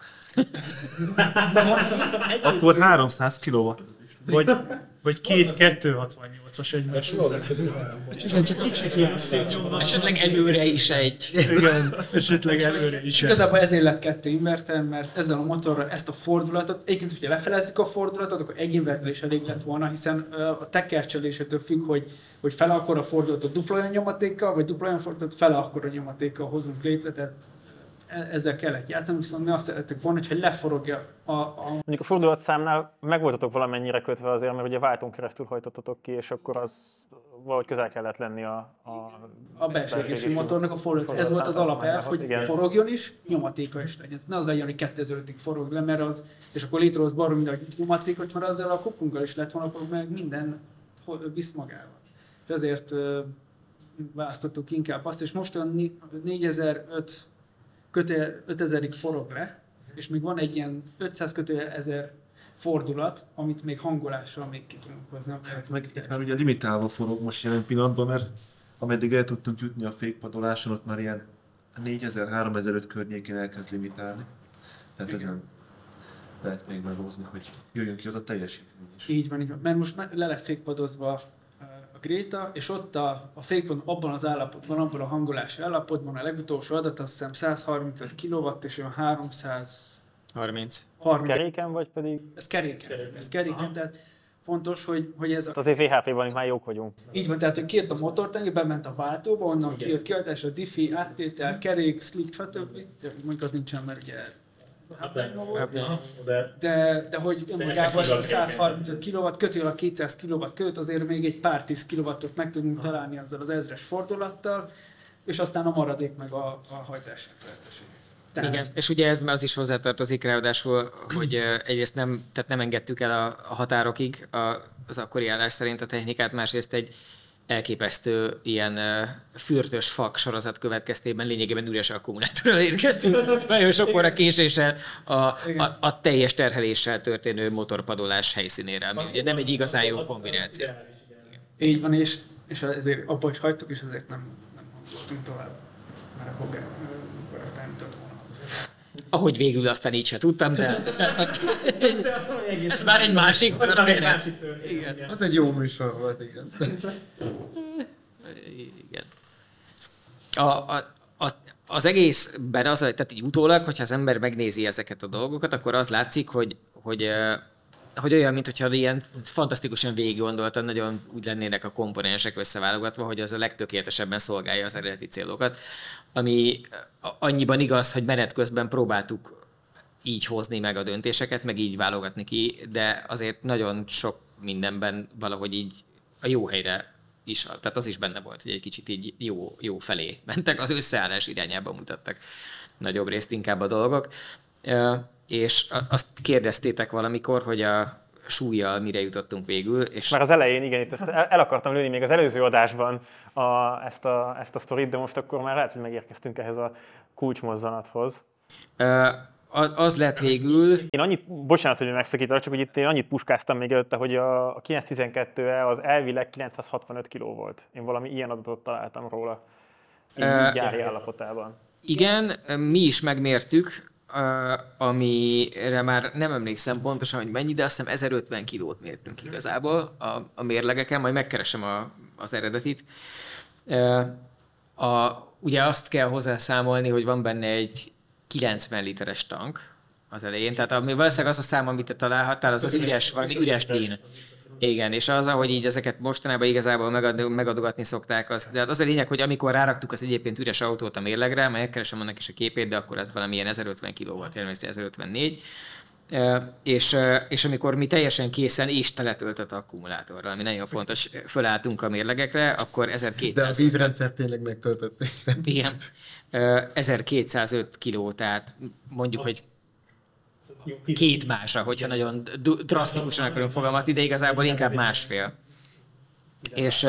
akkor 300 kW. Vagy 268-as egymás után. Csak kicsit hosszít. Esetleg előre is egy. Igen, esetleg előre is. Igazából ezért lett 2 inverter, mert ezzel a motorral ezt a fordulatot, egyébként, hogyha lefelezzük a fordulatot, akkor egy inverter is elég lett volna, hiszen a tekercselésétől függ, hogy fele akkora fordulatot dupla olyan nyomatékkal, vagy dupla olyan fordulatot fele akkora nyomatékkal hozunk létre, tehát ezzel kellett játszani, viszont mi azt szerettük volna, hogy leforogja Mondjuk a fordulatszámnál meg voltatok valamennyire kötve azért, mert ugye váltón keresztül hajtottatok ki, és akkor az valahogy közel kellett lenni a belső égésű motornak a fordulat. Ez volt az alapelv, hogy igen. forogjon is, nyomatéka is legyen. Ne az legyen, hogy 2005-ig forog le, mert az, és akkor létrehoz baromi nagy nyomatékot, mert azzal a kupunkkal is lett volna, akkor meg minden visz magával. És ezért választottuk inkább azt, és most olyan 4005 5000-ig forog le, és még van egy ilyen 500 1000 fordulat, amit még hangolással még ki tudunk hozni. Hát meg itt már ugye limitálva forog most jelen pillanatban, mert ameddig el tudtunk jutni a fékpadoláson, ott már ilyen 4000-3005 környékén elkezd limitálni. Tehát ezen lehet még meghozni, hogy jöjjön ki az a teljesítmény is. Így van, mert most le lett fékpadozva a Greta, és ott a fékpad abban az állapotban, abban a hangolási állapotban a legutolsó adat, azt hiszem 135 kW és olyan 330. Keréken vagy pedig? Ez keréken, tehát fontos, hogy ez Hát azért VHP-ban itt már jók vagyunk. így van, tehát hogy kijött a motortengely, bement a váltóba, onnan kijött kiadás, a diffi, áttétel, kerék, slick, stb. Mondjuk az nincsen, mert ugye hubline volt, de hogy önmagában ez a 135 kW kötően a 200 kW köt, azért még egy pár 10 kW-ot meg tudunk találni azzal az 1000-es fordulattal, és aztán a maradék meg a hajtás veszteség. Igen, és ugye ez az is hozzátartozik ráadásul, hogy egyrészt nem engedtük el a határokig az akkori állás szerint a technikát, másrészt egy elképesztő ilyen fürtös fak sorozat következtében lényegében üres akkumulátorral érkeztünk, nagyon sok óra késéssel a teljes terheléssel történő motorpadolás helyszínére, ami ugye nem egy igazán jó kombináció. Így van, és ezért abba is hagytuk, és ezért nem hangoltunk tovább, mert a karakter mutat volna. Ahogy végül aztán így se tudtam, de ez már egy másik történet. Igen. Az egy jó műsor volt, igen. Igen. Az egészben az, tehát így utólag, hogyha az ember megnézi ezeket a dolgokat, akkor az látszik, hogy olyan, mintha ilyen fantasztikusan végig gondoltan, nagyon úgy lennének a komponensek összeválogatva, hogy az a legtökéletesebben szolgálja az eredeti célokat. Ami annyiban igaz, hogy menet közben próbáltuk így hozni meg a döntéseket, meg így válogatni ki, de azért nagyon sok mindenben valahogy így a jó helyre is, tehát az is benne volt, hogy egy kicsit így jó felé mentek, az összeállás irányába mutattak nagyobb részt inkább a dolgok. És azt kérdeztétek valamikor, hogy a súlyjal mire jutottunk végül. És már az elején, igen, itt ezt el akartam lőni még az előző adásban ezt a sztorit, de most akkor már lehet, hogy megérkeztünk ehhez a kulcsmozzanathoz. Az lett végül... Én annyit, bocsánat, hogy megszakítalak, csak hogy itt én annyit puskáztam még előtte, hogy a 912-e az elvileg 965 kg volt. Én valami ilyen adatot találtam róla, így gyári állapotában. Igen, mi is megmértük, amire már nem emlékszem pontosan, hogy mennyi, de azt hiszem 1050 kilót mértünk igazából a mérlegeken, majd megkeresem az eredetit. Ugye azt kell hozzászámolni, hogy van benne egy 90 literes tank az elején, tehát ami valószínűleg az a szám, amit te találhattál, az üres, valami üres dín. Igen, és az, ahogy így ezeket mostanában igazából megadogatni szokták, de az a lényeg, hogy amikor ráraktuk az egyébként üres autót a mérlegre, majd megkeresem annak is a képét, de akkor ez valamilyen 1050 kg volt, jellemző 1054, és amikor mi teljesen készen és teletöltött akkumulátorral, ami nagyon fontos, fölálltunk a mérlegekre, akkor 1200... De a vízrendszer tényleg megtöltötték. Igen, 1205 kg, tehát mondjuk, hogy két másra, hogyha nagyon drasztikusan akarom fogalmazni, de igazából inkább másfél. És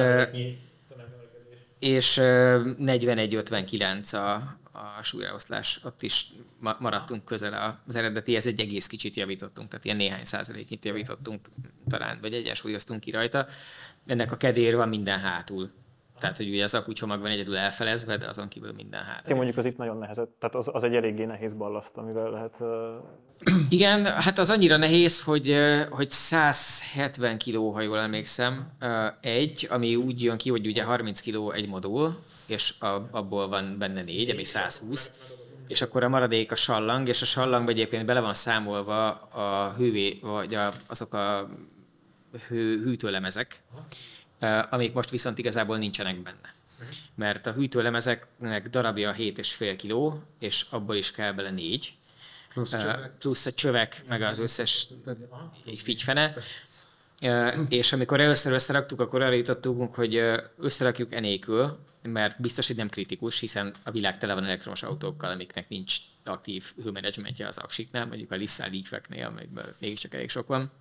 41-59 a súlyeloszlás, ott is maradtunk közel az eredetihez, egy egész kicsit javítottunk, tehát ilyen néhány százalékit javítottunk talán, vagy egyensúlyoztunk ki rajta. Ennek a kedér van minden hátul. Tehát, hogy ugye az akkucsomag van egyedül elfelezve, de azon kívül minden hátul. Én mondjuk az itt nagyon nehezett, tehát az egy eléggé nehéz ballaszt, amivel lehet... Igen, hát az annyira nehéz, hogy 170 kg, ha jól emlékszem, ami úgy jön ki, hogy ugye 30 kg egy modul, és abból van benne 4, ami 120, és akkor a maradék a sallang, és a sallangban egyébként bele van számolva a vagy azok a hűtőlemezek, amik most viszont igazából nincsenek benne. Mert a hűtőlemezeknek darabja 7,5 kg, és abból is kell bele 4. Plusz a csövek, meg az összes egy figyfene. És amikor először összeraktuk, akkor arra jutottunk, hogy összerakjuk enélkül, mert biztos, hogy nem kritikus, hiszen a világ tele van elektromos autókkal, amiknek nincs aktív hőmenedzsmentje az aksiknál, mondjuk a Lissál Leafeknél, amikből mégiscsak elég sok van.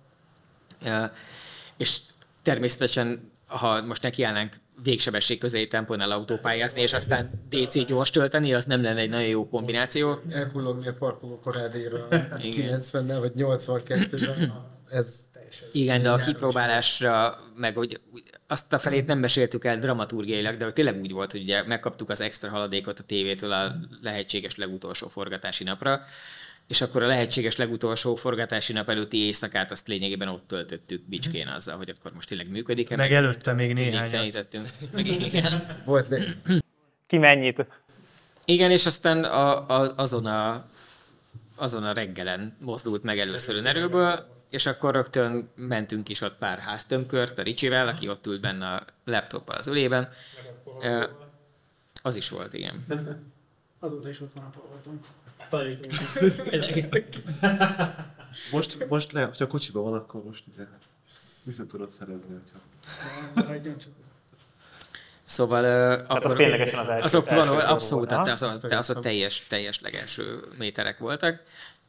És természetesen, ha most nekiállnánk végsebesség közeli tempónál autópályázni, és aztán DC gyors tölteni, az nem lenne egy nagyon jó kombináció. Elkullogni a parkoló parádéra 90-nel vagy 82-re, ez... Igen, de a kipróbálásra, meg hogy azt a felét nem meséltük el dramaturgiailag, de tényleg úgy volt, hogy ugye megkaptuk az extra haladékot a tévétől a lehetséges legutolsó forgatási napra, és akkor a lehetséges legutolsó forgatási nap előtti éjszakát azt lényegében ott töltöttük Bicskén azzal, hogy akkor most tényleg működik-e. Meg előtte még néhányat. Volt Ki mennyit? Igen, és aztán azon a reggelen mozdult meg először önerőből, és akkor rögtön mentünk is ott pár háztömkört a Ricsivel, aki ott ült benne a laptoppal az ölében. Az is volt, igen. Azóta is ott van a polgatom. Most le, ha a kocsiban van, akkor most ide vissza tudod szerezni, hogyha... Maradjon csak. Szóval akkor az ténylegesen az első- azok való, első abszolút, dolog tehát volt, az a teljes legelső méterek voltak.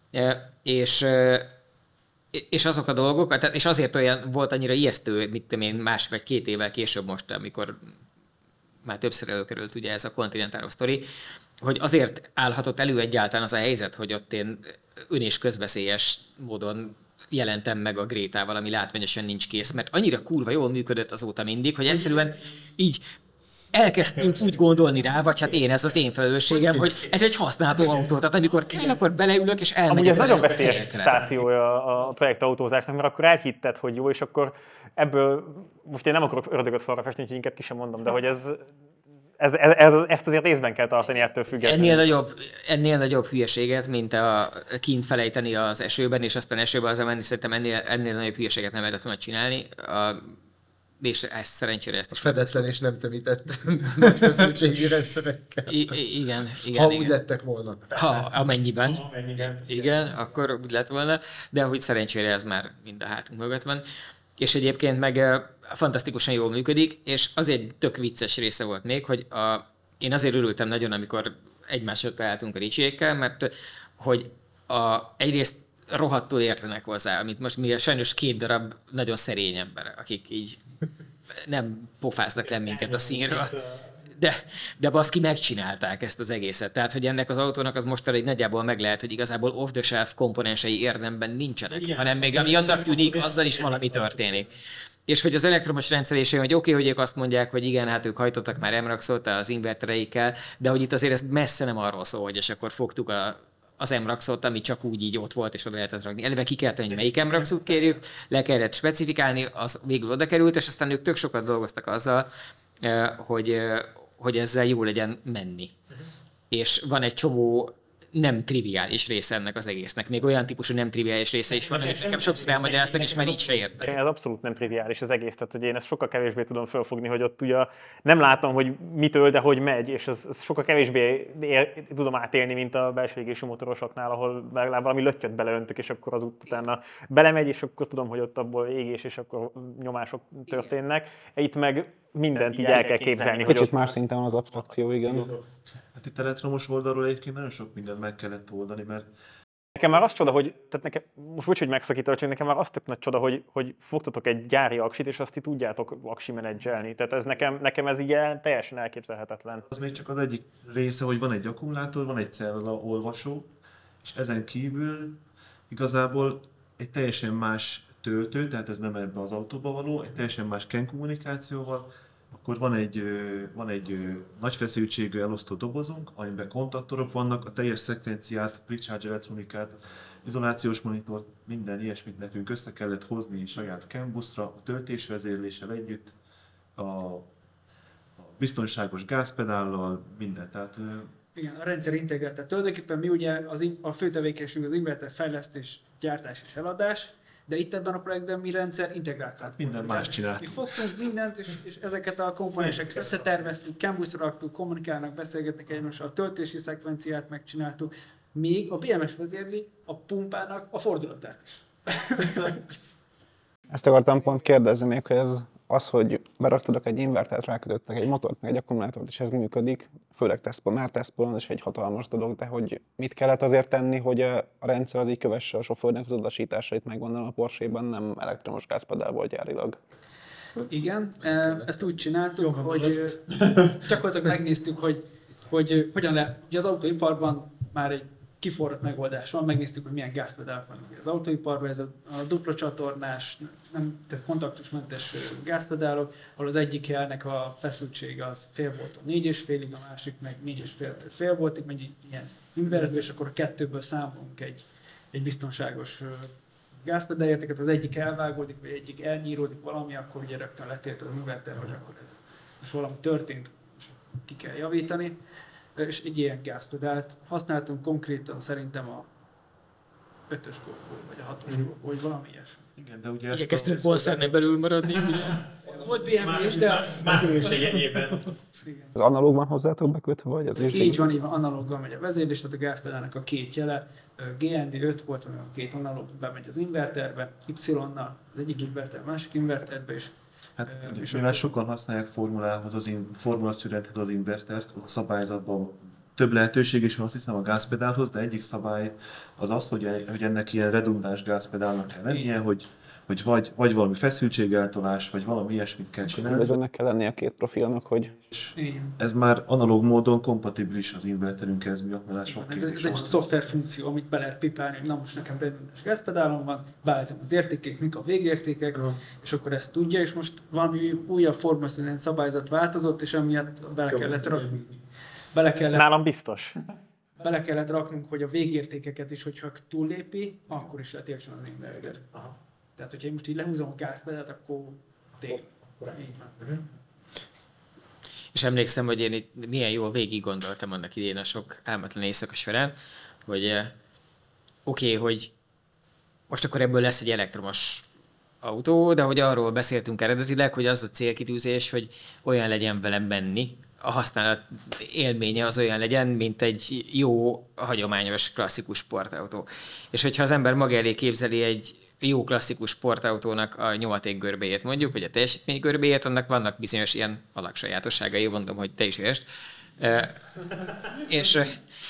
És azok a dolgok, tehát, és azért olyan volt annyira ijesztő, mit tudom én, 1 vagy 2 évvel később most, amikor már többször előkerült ugye ez a Continental sztori, hogy azért állhatott elő egyáltalán az a helyzet, hogy ott én ön- és közveszélyes módon jelentem meg a Grétával, ami látványosan nincs kész, mert annyira kurva jól működött azóta mindig, hogy egyszerűen így elkezdtünk úgy gondolni rá, vagy hát ez az én felelősségem, hogy ez egy használható autó, tehát amikor kell, akkor beleülök és Amúgy elmegyek. ez nagyon vele a veszélyes helyekre. stációja a projektautózásnak, mert akkor elhitted, hogy jó, és akkor ebből, most én nem akarok ördögöt falra festeni, úgyhogy inkább ki sem mondom, de hogy ezt azért észben kell tartani ettől függetlenül. Ennél nagyobb hülyeséget, mint a kint felejteni az esőben, és aztán esőbe az menni, szerintem ennél nagyobb hülyeséget nem lehetett volna csinálni. És ezt szerencsére ezt A is. fedetlen és nem tömített nagy feszültségi rendszerekkel. Igen. Ha úgy lettek volna. Amennyiben. Igen, akkor úgy lett volna, de hogy szerencsére ez már mind a hátunk mögött van. És egyébként meg fantasztikusan jól működik, és azért tök vicces része volt még, hogy én azért örültem nagyon, amikor egymásra találtunk a Ricsiékkel, mert hogy egyrészt rohadtul értenek hozzá, amit most mi sajnos 2 darab nagyon szerény ember, akik így nem pofáznak le minket a színről. De baszki, megcsinálták ezt az egészet. Tehát, hogy ennek az autónak az most egy nagyjából meg lehet, hogy igazából off-the-shelf komponensei érdemben nincsenek, igen, hanem még ami annak tűnik, azzal is valami történik. És hogy az elektromos rendszerésén, hogy oké, hogy ők azt mondják, hogy igen, hát ők hajtottak már MRAX-ot az invertereikkel, de hogy itt azért ez messze nem arról szól, hogy és akkor fogtuk az MRAX-ot, ami csak úgy így ott volt, és oda lehetett rakni. Eleve ki kellett tenni, hogy melyik MRAX-ot kérjük, le kellett specifikálni, az végül oda került, és aztán ők tök sokat dolgoztak azzal, hogy ezzel jó legyen menni. És van egy csomó nem triviális része ennek az egésznek. Még olyan típusú nem triviális része is van, amit nekem sokszor elmagyaráztak, és már így se értek. Ez abszolút nem triviális az egész, tehát hogy én ezt sokkal kevésbé tudom felfogni, hogy ott ugye nem látom, hogy mitől, de hogy megy, és ez sokkal kevésbé tudom átélni, mint a belső égésű motorosoknál, ahol legalább valami löttyöt beleöntök, és akkor az utána belemegy, és akkor tudom, hogy ott abból égés, és akkor nyomások történnek. Itt meg mindent így el kell képzelni. Hogy Kicsit ott... más szinten van az abstrakció, igen. Hát itt elektromos oldalról egyébként nagyon sok mindent meg kellett oldani, mert Nekem már az csoda, hogy, tehát nekem, most úgy, hogy megszakítok, csak nekem már az tök nagy csoda, hogy fogtatok egy gyári aksit, és azt itt tudjátok aksi menedzselni. Tehát ez nekem ez így teljesen elképzelhetetlen. az még csak az egyik része, hogy van egy akkumulátor, van egy cella olvasó, és ezen kívül igazából egy teljesen más töltő, tehát ez nem ebbe az autóba való, egy teljesen más CAN kommunikációval, akkor van egy nagy feszültségű elosztó dobozunk, amiben kontaktorok vannak, a teljes szekvenciát, quick charge elektronikát, izolációs monitort, minden ilyesmit nekünk össze kellett hozni saját CAN buszra, a töltésvezérléssel együtt, a biztonságos gázpedállal, minden. Tehát, Igen, a rendszer integrált. Tehát tulajdonképpen mi ugye a fő tevékenységünk az inverter fejlesztés, gyártás és eladás, de itt ebben a projektben mi rendszer integrált. hát minden más Mi csináltunk. fogtunk mindent, és ezeket a komponenseket összeterveztük, campusra raktuk, kommunikálnak, beszélgetnek egymással, a töltési szekvenciát megcsináltuk, még a BMS vezérli a pumpának a fordulatát is. Ezt akartam pont kérdezni még, hogy az, hogy beraktadok egy invertert, rákötöttek egy motort, meg egy akkumulátort, és ez működik, főleg már tesztpolon, ez egy hatalmas dolog, de hogy mit kellett azért tenni, hogy a rendszer az így kövesse a sofőrnek az utasításait, meg gondolom a Porsche-ban nem elektromos gázpedál volt gyárilag. Igen, ezt úgy csináltuk, hogy gyakorlatilag megnéztük, hogy hogyan lehet. Ugye az autóiparban már egy kiforrott megoldás van, megnéztük, hogy milyen gázpedálok vannak az autóiparban, ez a dupla csatornás, tehát kontaktusmentes gázpedálok, ahol az egyik jelnek a feszültsége az fél volttól 4,5-ig, a másik meg 4,5-től fél voltig, megy ilyen inverzbe, és akkor a kettőből számolunk egy biztonságos gázpedálértéket, az egyik elvágódik, vagy egyik elnyíródik valami, akkor ugye rögtön letért az inverter, hogy akkor ez most valami történt, ki kell javítani. És egy ilyen gázpedált használtunk konkrétan szerintem a 5-ös korból, vagy a 6-os korból, vagy valami ilyesmi. Igen, de ugye ezt Igyekeztünk polszernél belül maradni. Volt BMW is, de az... Az analógban hozzátok bekötve, vagy az is? Így van, analóggal megy a vezérlés, tehát a gázpedálnak a két jele, GND 5 volt, ami a két analóg bemegy az inverterbe, Y-nal, az egyik inverter, a másik inverterbe, Hát, és mivel sokan használják formulához, formula szürethez az invertert, ott szabályzatban több lehetőség is van, azt hiszem a gázpedálhoz, de egyik szabály az az, hogy ennek ilyen redundáns gázpedálnak kell lennie, hogy vagy valami feszültségeltolás, vagy valami ilyesmit kell csinálni. Különbözőnek kell lennie a két profilnak, hogy igen. Ez már analóg módon kompatibilis az inverterünkkel, ez miatt, mert sok Ez kérdés egy van. szoftver funkció, amit be lehet pipálni, hogy na most nekem redundáns gázpedálom van, beállítom az értékek, mik a végértékek, és akkor ezt tudja, és most valami újabb formaszínűen szabályzat változott, és emiatt Nálam biztos. bele kellett raknunk, hogy a végértékeket is, hogyha túllépi, akkor is lehet értsen az inverter. Tehát, hogyha én most így lehúzom a gázpedált, akkor tényleg. Így van. És emlékszem, hogy én itt milyen jól végig gondoltam annak idén a sok álmatlan éjszaka során, hogy oké, hogy most akkor ebből lesz egy elektromos autó, de hogy arról beszéltünk eredetileg, hogy az a célkitűzés, hogy olyan legyen velem menni, a használat élménye az olyan legyen, mint egy jó, hagyományos, klasszikus sportautó. És hogyha az ember maga elé képzeli egy jó klasszikus sportautónak a nyomatékgörbéjét mondjuk, vagy a teljesítménygörbéjét, annak vannak bizonyos ilyen alaksajátosságai, mondom, hogy te is értsd. És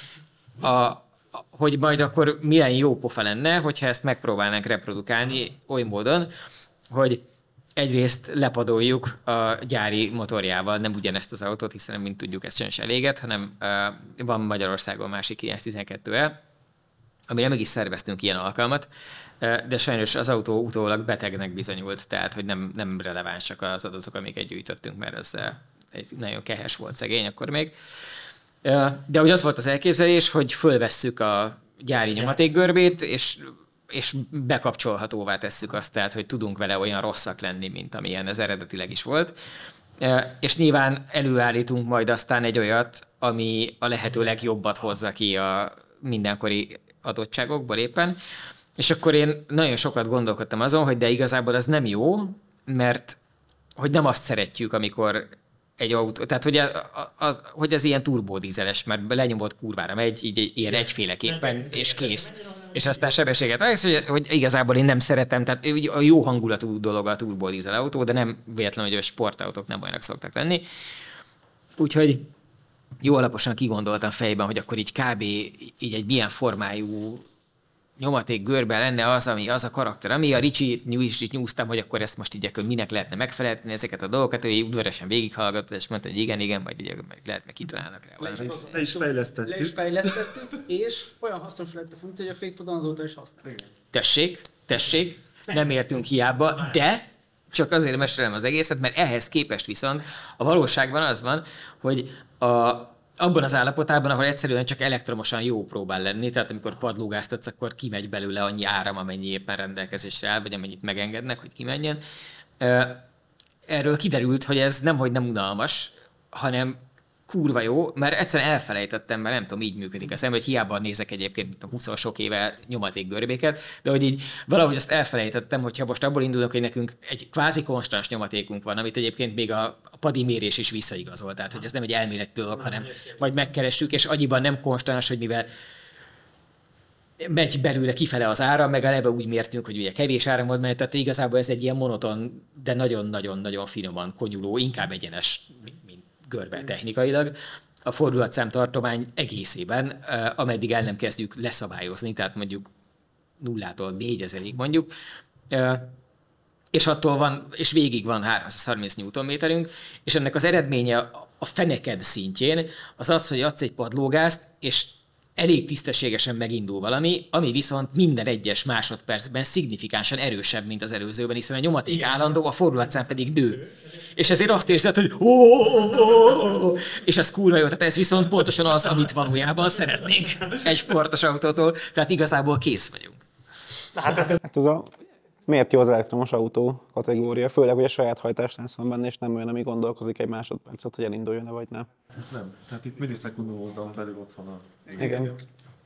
hogy majd akkor milyen jó pofa lenne, hogyha ezt megpróbálnánk reprodukálni oly módon, hogy egyrészt lepadoljuk a gyári motorjával, nem ugyanezt az autót, hiszen mint tudjuk, ez sem eléget, hanem van Magyarországon másik 912E, amire meg is szerveztünk ilyen alkalmat, de sajnos az autó utólag betegnek bizonyult, tehát hogy nem relevánsak az adatok, amiket gyűjtöttünk, mert ez egy nagyon kehes volt szegény akkor még. De hogy az volt az elképzelés, hogy fölvesszük a gyári nyomatékgörbét, és bekapcsolhatóvá tesszük azt, tehát hogy tudunk vele olyan rosszak lenni, mint amilyen ez eredetileg is volt. És nyilván előállítunk majd aztán egy olyat, ami a lehető legjobbat hozza ki a mindenkori adottságokból éppen. És akkor én nagyon sokat gondolkodtam azon, hogy de igazából ez nem jó, mert hogy nem azt szeretjük, amikor egy autó, tehát hogy ez ilyen turbódízeles, mert lenyomott kurvára megy, így ilyen egyféleképpen, és kész. És aztán sebességet, hogy igazából én nem szeretem, tehát a jó hangulatú dolog a turbódízel autó, de nem véletlen, hogy a sportautók nem olyanok szoktak lenni. Úgyhogy jó alaposan kigondoltam fejben, hogy akkor így kb. Így egy milyen formájú nyomaték görbe lenne az, ami az a karakter, ami a Ricsi is nyúztam, hogy akkor ezt most így akkor minek lehetne megfelelni ezeket a dolgokat, ő udvariasan végighallgatott, és mondta, hogy igen, majd így lehet meg kitalálnak rá. Le is fejlesztettük. És olyan hasznos lett a funkció, hogy a fékpadon azóta is használ. Tessék, nem értünk hiába, de csak azért mesélem az egészet, mert ehhez képest viszont a valóságban az van, hogy abban az állapotában, ahol egyszerűen csak elektromosan jó próbál lenni, tehát amikor padlógáztatsz, akkor kimegy belőle annyi áram, amennyi éppen rendelkezésre áll, vagy amennyit megengednek, hogy kimenjen. Erről kiderült, hogy ez nemhogy nem unalmas, hanem kurva jó, mert egyszerűen elfelejtettem, mert nem tudom, így működik a szem, hogy hiába nézek egyébként 20 sok éve nyomatékgörbéket, de hogy így valahogy azt elfelejtettem, hogyha most abból indulok, hogy nekünk egy kvázi konstans nyomatékunk van, amit egyébként még a padi mérés is visszaigazol, tehát hogy ez nem egy elméleti dolog, hanem majd megkeressük, és annyiban nem konstans, hogy mivel megy belőle kifele az áram, meg eleve úgy mértünk, hogy ugye kevés áram volt, mert tehát igazából ez egy ilyen monoton, de nagyon-nagyon-nagyon finoman konyuló, inkább egyenes, mint görbe technikailag. A fordulatszám tartomány egészében, ameddig el nem kezdjük leszabályozni, tehát mondjuk 0-tól 4000-ig mondjuk, és attól van, és végig van 330 Nm, és ennek az eredménye a feneked szintjén az az, hogy adsz egy padlógázt, és elég tisztességesen megindul valami, ami viszont minden egyes másodpercben szignifikánsan erősebb, mint az előzőben, hiszen a nyomaték állandó, a fordulatszám pedig nő. És ezért azt érzed, hogy és ez kurva jó, tehát ez viszont pontosan az, amit valójában szeretnénk egy sportos autótól, tehát igazából kész vagyunk. hát az miért jó az elektromos autó kategória, főleg, hogy a saját hajtáslász van benne, és nem olyan, ami gondolkozik egy másodpercet, hogy elinduljon-e vagy nem. Nem. Tehát itt millisekundumon belül ott van a... Igen.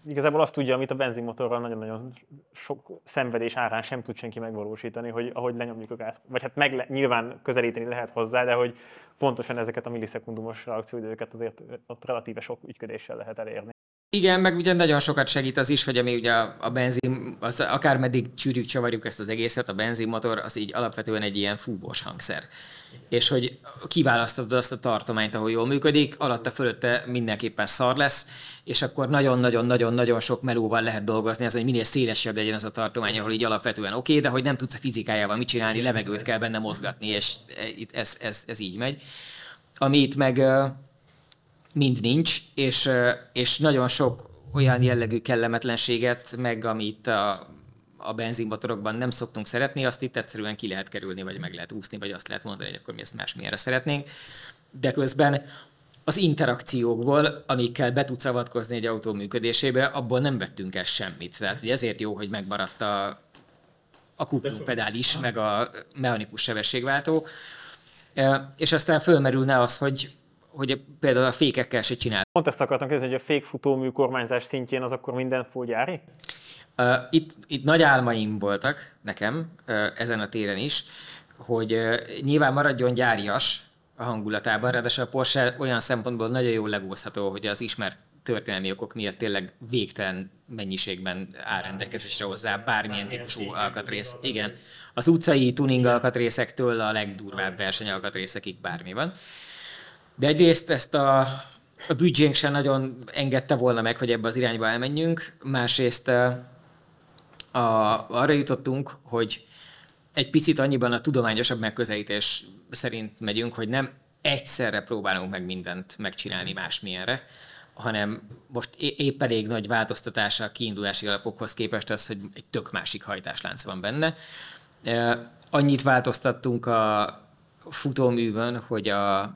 igazából azt tudja, amit a benzinmotorral nagyon-nagyon sok szenvedés árán sem tud senki megvalósítani, hogy ahogy lenyomjuk a gáz, vagy hát nyilván közelíteni lehet hozzá, de hogy pontosan ezeket a millisekundumos reakcióidőket azért ott relatíve sok ügyködéssel lehet elérni. Igen, meg ugye nagyon sokat segít az is, hogy ami ugye a benzin, akármeddig csűrjük, csavarjuk ezt az egészet, a benzinmotor az így alapvetően egy ilyen fúvós hangszer. És hogy kiválasztod azt a tartományt, ahol jól működik, alatta fölötte mindenképpen szar lesz, és akkor nagyon-nagyon-nagyon-nagyon sok melóval lehet dolgozni, az, hogy minél szélesebb legyen az a tartomány, ahol így alapvetően oké, de hogy nem tudsz a fizikájával mit csinálni, levegőt kell benne mozgatni, és ez így megy. Ami itt meg mind nincs, és nagyon sok olyan jellegű kellemetlenséget, meg amit a benzinmotorokban nem szoktunk szeretni, azt itt egyszerűen ki lehet kerülni, vagy meg lehet úszni, vagy azt lehet mondani, hogy akkor mi ezt másmilyenre szeretnénk. De közben az interakciókból, amikkel be tudsz avatkozni egy autó működésébe, abból nem vettünk el semmit. Tehát ezért jó, hogy megmaradt a kuplungpedál is, meg a mechanikus sebességváltó. És aztán fölmerülne az, hogy például a fékekkel se csinál. Pont ezt akartam kérdezni, hogy a fékfutómű kormányzás szintjén az akkor minden full gyári? Itt nagy álmaim voltak nekem ezen a téren is, hogy nyilván maradjon gyárias a hangulatában, ráadásul a Porsche olyan szempontból nagyon jól legózható, hogy az ismert történelmi okok miatt tényleg végtelen mennyiségben áll rendelkezésre hozzá bármilyen típusú alkatrész. Igen, az utcai tuning alkatrészektől a legdurvább versenyalkatrészekig bármi van. De egyrészt ezt a büdzsénk sem nagyon engedte volna meg, hogy ebbe az irányba elmenjünk. Másrészt arra jutottunk, hogy egy picit annyiban a tudományosabb megközelítés szerint megyünk, hogy nem egyszerre próbálunk meg mindent megcsinálni másmilyenre, hanem most épp elég nagy változtatása a kiindulási alapokhoz képest az, hogy egy tök másik hajtáslánc van benne. Annyit változtattunk a futóművön, hogy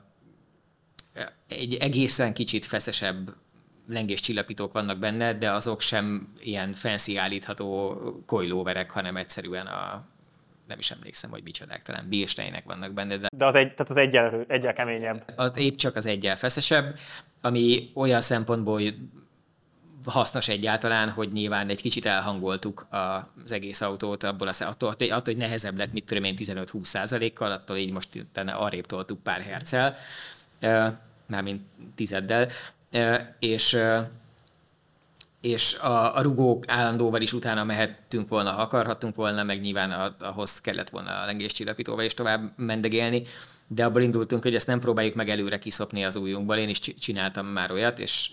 egy egészen kicsit feszesebb lengéscsillapítók vannak benne, de azok sem ilyen fancy állítható coiloverek, hanem egyszerűen nem is emlékszem, hogy micsodák, talán Bilsteinek vannak benne. De az egyel keményebb. Épp csak az egyel feszesebb, ami olyan szempontból hasznos egyáltalán, hogy nyilván egy kicsit elhangoltuk az egész autót attól, hogy nehezebb lett, mit tudom én, 15-20%-kal, attól így most arrébb toltuk pár herccel, mármint tizeddel, és a rugók állandóval is utána mehettünk volna, ha akarhattunk volna, meg nyilván ahhoz kellett volna a lengéscsillapítóval is tovább mendegélni, de abból indultunk, hogy ezt nem próbáljuk meg előre kiszopni az ujjunkból. Én is csináltam már olyat, és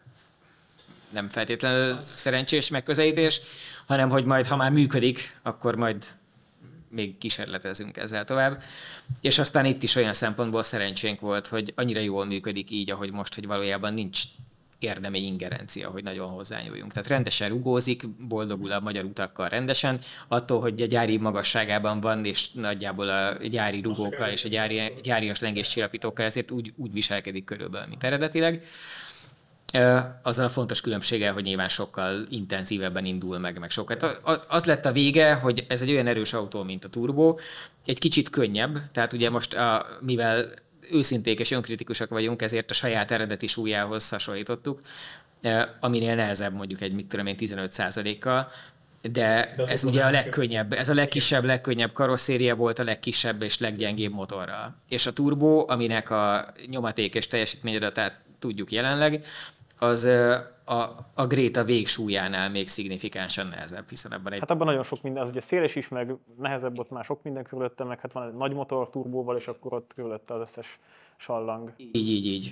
nem feltétlenül szerencsés megközelítés, hanem hogy majd, ha már működik, akkor majd még kísérletezünk ezzel tovább. És aztán itt is olyan szempontból szerencsénk volt, hogy annyira jól működik így, ahogy most, hogy valójában nincs érdemi ingerencia, hogy nagyon hozzányúljunk. Tehát rendesen rugózik, boldogul a magyar utakkal rendesen, attól, hogy a gyári magasságában van, és nagyjából a gyári rugókkal és a gyárias lengéscsillapítókkal ezért úgy viselkedik körülbelül, mint eredetileg. Azzal a fontos különbséggel, hogy nyilván sokkal intenzívebben indul meg sokkal. Az lett a vége, hogy ez egy olyan erős autó, mint a Turbo, egy kicsit könnyebb, tehát ugye most mivel őszinték és önkritikusak vagyunk, ezért a saját eredeti súlyához hasonlítottuk, aminél nehezebb mondjuk egy 15%-kal, de ez ugye a legkönnyebb, ez a legkisebb karosszéria volt a legkisebb és leggyengébb motorral. És a Turbo, aminek a nyomaték és teljesítményadatát tudjuk jelenleg, az a Greta végsúlyánál még szignifikánsan nehezebb, hiszen abban Hát abban nagyon sok minden, az ugye széles is, meg nehezebb, ott már sok minden körülötte, meg hát van egy nagy motor turbóval, és akkor ott körülötte az összes sallang. Így.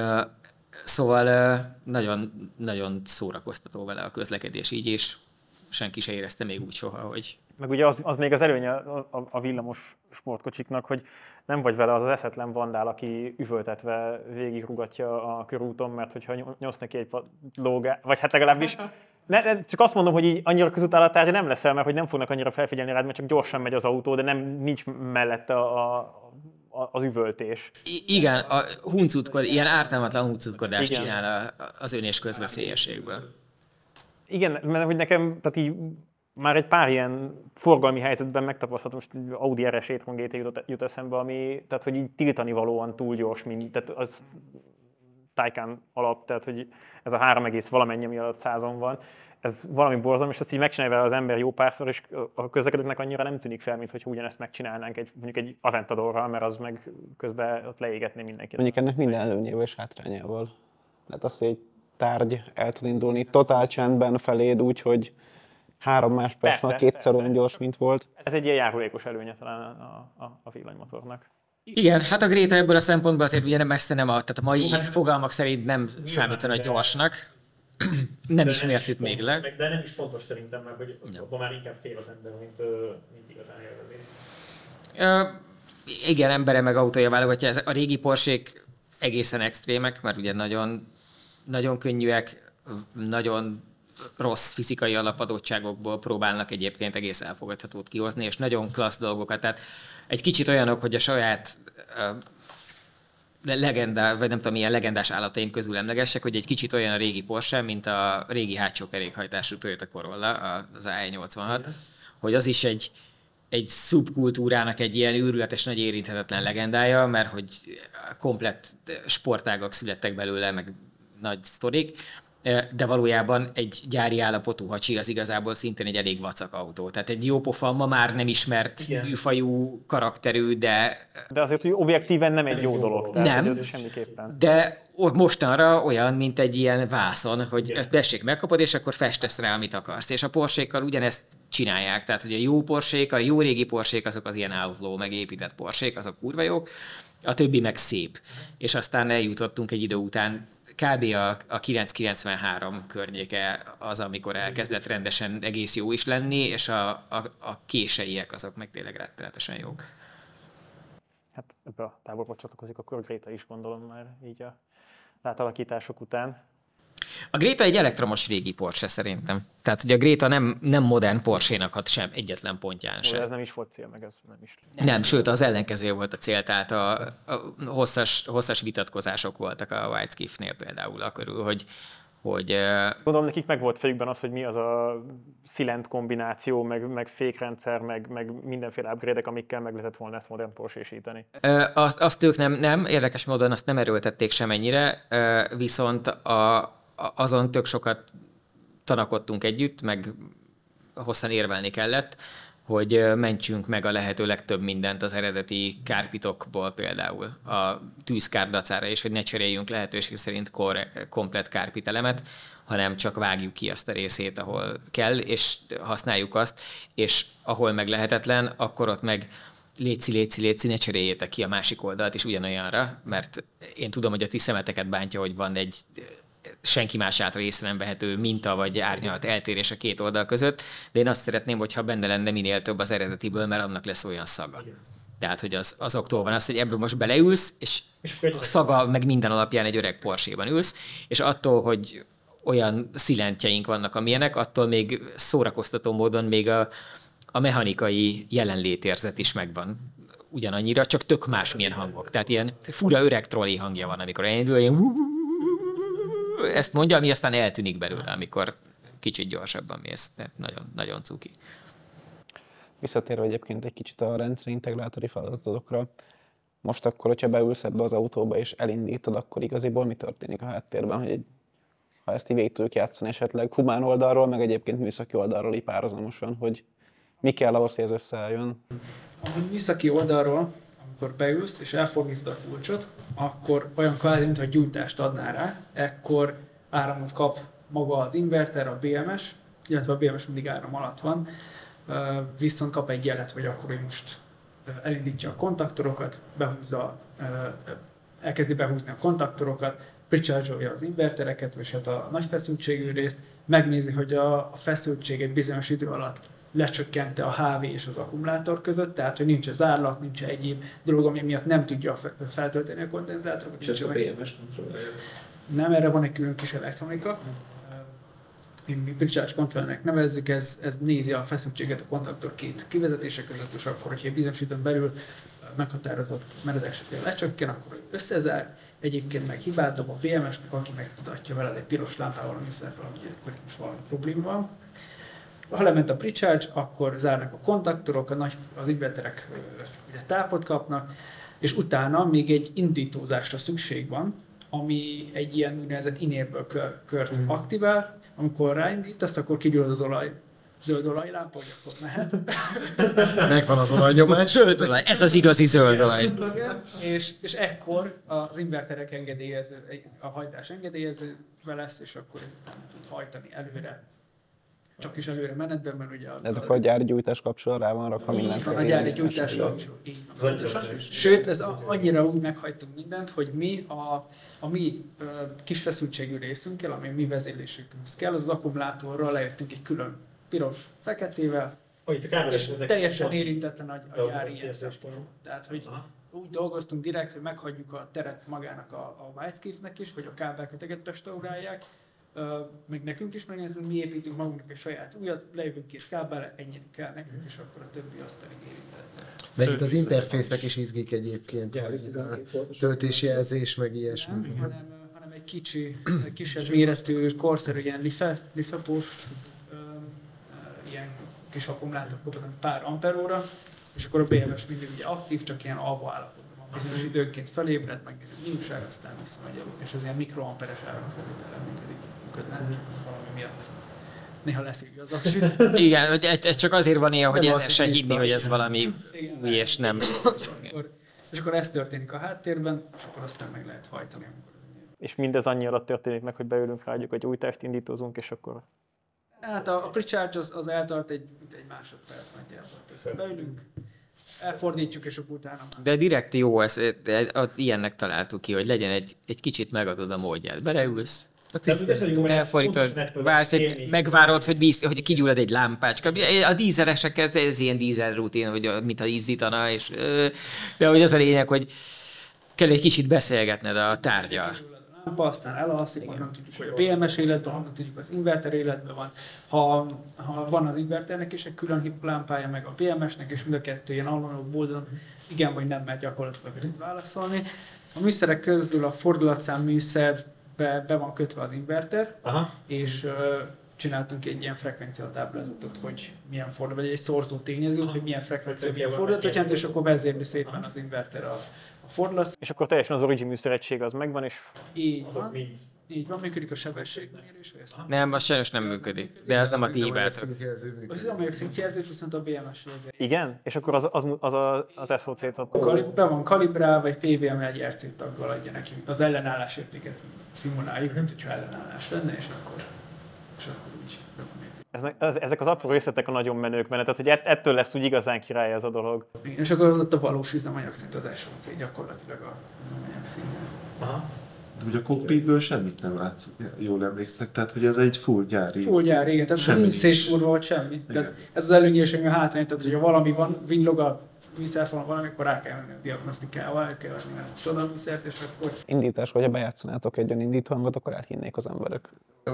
Szóval nagyon, nagyon szórakoztató vele a közlekedés így, és senki se érezte még úgy soha, hogy... Meg ugye az még az előnye a villamos sportkocsiknak, hogy nem vagy vele az eszetlen vandál, aki üvöltetve végigrugatja a körúton, mert hogyha nyomsz neki egy lógát, vagy hát legalábbis... Csak azt mondom, hogy így annyira közutállátás nem leszel, mert hogy nem fognak annyira felfigyelni rád, mert csak gyorsan megy az autó, de nincs mellette az üvöltés. Igen, a ilyen ártalmatlan huncutkodást csinál az önés közveszélyességből. Igen, mert hogy nekem, tehát így már egy pár ilyen forgalmi helyzetben megtapasztaltam, most Audi RS e-tron GT jut eszembe, ami, tehát hogy így tiltani valóan túl gyors, tehát az Taycan alap, tehát hogy ez a 3, valamennyi, ami alatt 100-on van, ez valami borzalmas, és azt így megcsinálja vele az ember jó párszor, és a közlekedőknek annyira nem tűnik fel, mint hogy ugyanezt megcsinálnánk mondjuk egy Aventadorral, mert az meg közben ott leégetné mindenkit. Mondjuk ennek minden előnyével és hátrányával. Tehát az, hogy egy tárgy el tud indulni totál csendben feléd, úgyhogy 3 másodperc van, kétszer olyan gyors, mint volt. Ez egy ilyen járulékos előnye talán a villanymotornak. Igen, hát a Greta ebből a szempontból azért ugye messze nem tehát a mai fogalmak szerint nem számítana gyorsnak. Nem ismertük még le. De nem is fontos szerintem meg, hogy abban már inkább fél az ember, mint igazán élvezi. Igen, embere meg autója válogatja. A régi Porsék egészen extrémek, mert ugye nagyon, nagyon könnyűek, nagyon rossz fizikai alapadottságokból próbálnak egyébként egész elfogadhatót kihozni, és nagyon klassz dolgokat. Tehát egy kicsit olyanok, hogy a saját vagy nem tudom, milyen legendás állataim közül emlegessek, hogy egy kicsit olyan a régi Porsche, mint a régi hátsó kerékhajtású Toyota Corolla, az AE86, hogy az is egy szubkultúrának egy ilyen őrületes nagy érinthetetlen legendája, mert hogy komplett sportágak születtek belőle, meg nagy sztorik, de valójában egy gyári állapotú hacsi az igazából szintén egy elég vacak autó. Tehát egy jópofa, ma már nem ismert műfajú karakterű, de... De azért, hogy objektíven nem egy jó dolog. Tehát, nem, ez semmiképpen. de mostanra olyan, mint egy ilyen vászon, hogy tessék, megkapod, és akkor festesz rá, amit akarsz. És a Porsékkal ugyanezt csinálják. Tehát, hogy a jó Porsék, a jó régi Porsék, azok az ilyen outlaw, megépített Porsék, azok kurva jók, a többi meg szép. És aztán eljutottunk egy idő után, kb. A 993 környéke az, amikor elkezdett rendesen egész jó is lenni, és a késeiek azok meg tényleg rettenetesen jók. Hát ebbe a táborba csatlakozik akkor Greta is, gondolom már így a átalakítások után. A Greta egy elektromos régi Porsche szerintem. Tehát, hogy a Greta nem modern Porsche-nak hat sem egyetlen pontján sem. Ez nem is volt cél, meg ez nem is. Nem, sőt, az ellenkezője volt a cél, tehát a hosszas vitatkozások voltak a Whiteskiff-nél például, akörül, hogy Gondolom, nekik meg volt fejükben az, hogy mi az a szilent kombináció, meg fékrendszer, meg mindenféle upgrade-ek, amikkel meg lehetett volna ezt modern Porsche-sítani. Azt ők nem, érdekes módon azt nem erőltették semennyire, viszont azon tök sokat tanakodtunk együtt, meg hosszan érvelni kellett, hogy mentsünk meg a lehető legtöbb mindent az eredeti kárpitokból például, a tűzkár dacára is, hogy ne cseréljünk lehetőség szerint komplett kárpitelemet, hanem csak vágjuk ki azt a részét, ahol kell, és használjuk azt, és ahol meg lehetetlen, akkor ott meg léci, ne cseréljétek ki a másik oldalt is ugyanolyanra, mert én tudom, hogy a ti szemeteket bántja, hogy van egy senki más által észre nem vehető minta vagy árnyalat eltérés a két oldal között, de én azt szeretném, hogyha benne lenne minél több az eredetiből, mert annak lesz olyan szaga. Tehát, hogy azoktól van az, hogy ebből most beleülsz, és a szaga meg minden alapján egy öreg Porsche-ban ülsz, és attól, hogy olyan szilentjeink vannak, amilyenek, attól még szórakoztató módon még a mechanikai jelenlétérzet is megvan ugyanannyira, csak tök másmilyen hangok. Tehát ilyen fura öreg trolli hangja van, amikor elindul, ilyen ezt mondja, ami aztán eltűnik belőle, amikor kicsit gyorsabban mész. Nagyon, nagyon cuki. Visszatérve egyébként egy kicsit a rendszerintegrátori feladatokra, most akkor, hogyha beülsz ebbe az autóba és elindítod, akkor igaziból mi történik a háttérben, hogy ha ezt így végig tudjuk játszani esetleg humán oldalról, meg egyébként műszaki oldalról így párhuzamosan, hogy mi kell ahhoz, hogy ez összeálljon? A műszaki oldalról, amikor beülsz és elfordítod a kulcsot, akkor olyan kvázi, mintha gyújtást adnál rá, ekkor áramot kap maga az inverter, a BMS, illetve a BMS mindig áram alatt van, viszont kap egy jelet, hogy akkor ő most elindítja a kontaktorokat, elkezdi behúzni a kontaktorokat, precharge-olja az invertereket, vagy hát a nagy feszültségű részt, megnézi, hogy a feszültség egy bizonyos idő alatt lecsökkente a HV és az akkumulátor között, tehát hogy nincs zárlat, nincs egyéb dolog, ami miatt nem tudja feltölteni a kondenzátort. És ezt a BMS kontrollálja? Nem, erre van egy külön kis elektronika. Mi precharge controllernek nevezzük, ez nézi a feszültséget a kontaktor két kivezetése között, és akkor, hogyha egy bizonyos időn belül meghatározott meredekséggel lecsökken, akkor összezár. Egyébként meg hibát dob a BMS-nek, aki megtudatja veled egy piros lámpával, ami szervel, hogy akkor itt most valami probléma van. Ha lement a precharge, akkor zárnak a kontaktorok, az inverterek tápot kapnak, és utána még egy indítózásra szükség van, ami egy ilyen úgynevezett enable kört aktivál, amikor ráindítasz, akkor kigyullad az olaj, zöld olajlámpa, hogy akkor mehet. Megvan az olajnyomás. Zöld olaj, ez az igazi zöld olaj. Igen, és ekkor az inverterek a hajtás engedélyezővel lesz, és akkor ezután tud hajtani előre. Csak is előre menetben, mert ugye De akkor a gyárgyújtás kapcsol rá van rakva mindent. van a gyári gyújtásra. Sőt, ez annyira úgy meghajtunk mindent, hogy mi a mi kis feszültségű részünkkel, ami a mi vezérlésünkhez kell, az akkumulátorral lejöttünk egy külön piros feketével, és teljesen érintetlen a gyári ilyen szempontból. Tehát, hogy úgy dolgoztunk direkt, hogy meghagyjuk a teret magának a Whiteskiff-nek is, hogy a kábelköteget restaurálják, még nekünk is megnézünk, mi építünk magunknak egy saját újat, lejövünk két kábelre, ennyire kell nekünk, és akkor a többi azt pedig érintett. Meg itt az interfészek is izgik egyébként, hogy a töltésjelzés, meg ilyesmi. Nem, hanem egy kisebb méretű, korszerű ilyen lifepós ilyen kis akkumulátor kapott, pár amperóra, és akkor a BMS mindig ugye aktív, csak ilyen alva állapotban van. Bizonyos időnként felébred, megnézi a mínuság, aztán visszamegy előtt, és az ilyen mikroamperes áramfelvétellel működne, csak valami miatt néha leszívja az aksit. Igen, ez csak azért van ilyen, hogy se hinni, hogy ez valami új és nem. És akkor ez történik a háttérben, és akkor aztán meg lehet hajtani. És mindez annyi alatt történik meg, hogy beülünk rá, egy gyújtást indítozunk, és akkor... Hát a precharge az eltart egy másodperc nagyjából. Beülünk, elfordítjuk, és akkor utána már. De direkt jó, ilyennek találtuk ki, hogy legyen egy kicsit megadod a módját. Beleülsz, elfordítod, vársz, megvárod, hogy kigyullad egy lámpácska. A dízelesek ez ilyen dízel rutin, hogy mintha izzítana, és, de hogy az a lényeg, hogy kell egy kicsit beszélgetned a tárgyal. Aztán elalszik, nem tudjuk, hogy a BMS életben van, nem tudjuk, az inverter életben van. Ha van az inverternek is egy külön lámpája, meg a BMS-nek, és mind a kettő ilyen almanok módon igen vagy nem, mert gyakorlatilag tud válaszolni. A műszerek közül a fordulatszám műszerbe be van kötve az inverter, és csináltunk egy ilyen frekvenciatáblázatot, hogy milyen fordulat, vagy egy szorzó tényezőt, hogy milyen frekvencia, milyen fordulatot jelent, és akkor vezérli szépen az inverter a fordulat. És akkor teljesen az origin műszeregység az megvan, és... Így van, működik a sebességmérés, vagy ezt? Nem, az sajnos nem működik, de ez nem a ti hibátok. Az üzemanyag szintjelzőt viszont a BMS-ről azért. Igen? És akkor az SOC-t... Be van kalibrálva, egy PWM egy RC taggal adja neki. Az ellenállás értéket szimuláljuk, mint hogyha ellenállás lenne, és akkor úgy. Ezek az apró részletek a nagyon menők benne, tehát hogy ettől lesz úgy igazán király ez a dolog. Igen, és akkor ott a valós üzemanyag szint az SOC gyakorlatilag az üzemanyag szint. De ugye a cockpitből semmit nem látsz, jól emlékszek, tehát hogy ez egy full gyári. Full gyári, igen, tehát nincs szétfúrva vagy semmi. Tehát ez az előnyöség, a hátrány, tehát hogyha valami van, villog a műszerfalon valami, akkor rá kell menni a diagnosztikával, el kell venni a csodaműszert, és akkor... Indítás, hogyha bejátszanátok egy olyan indítóhangot, akkor elhinnék az emberek.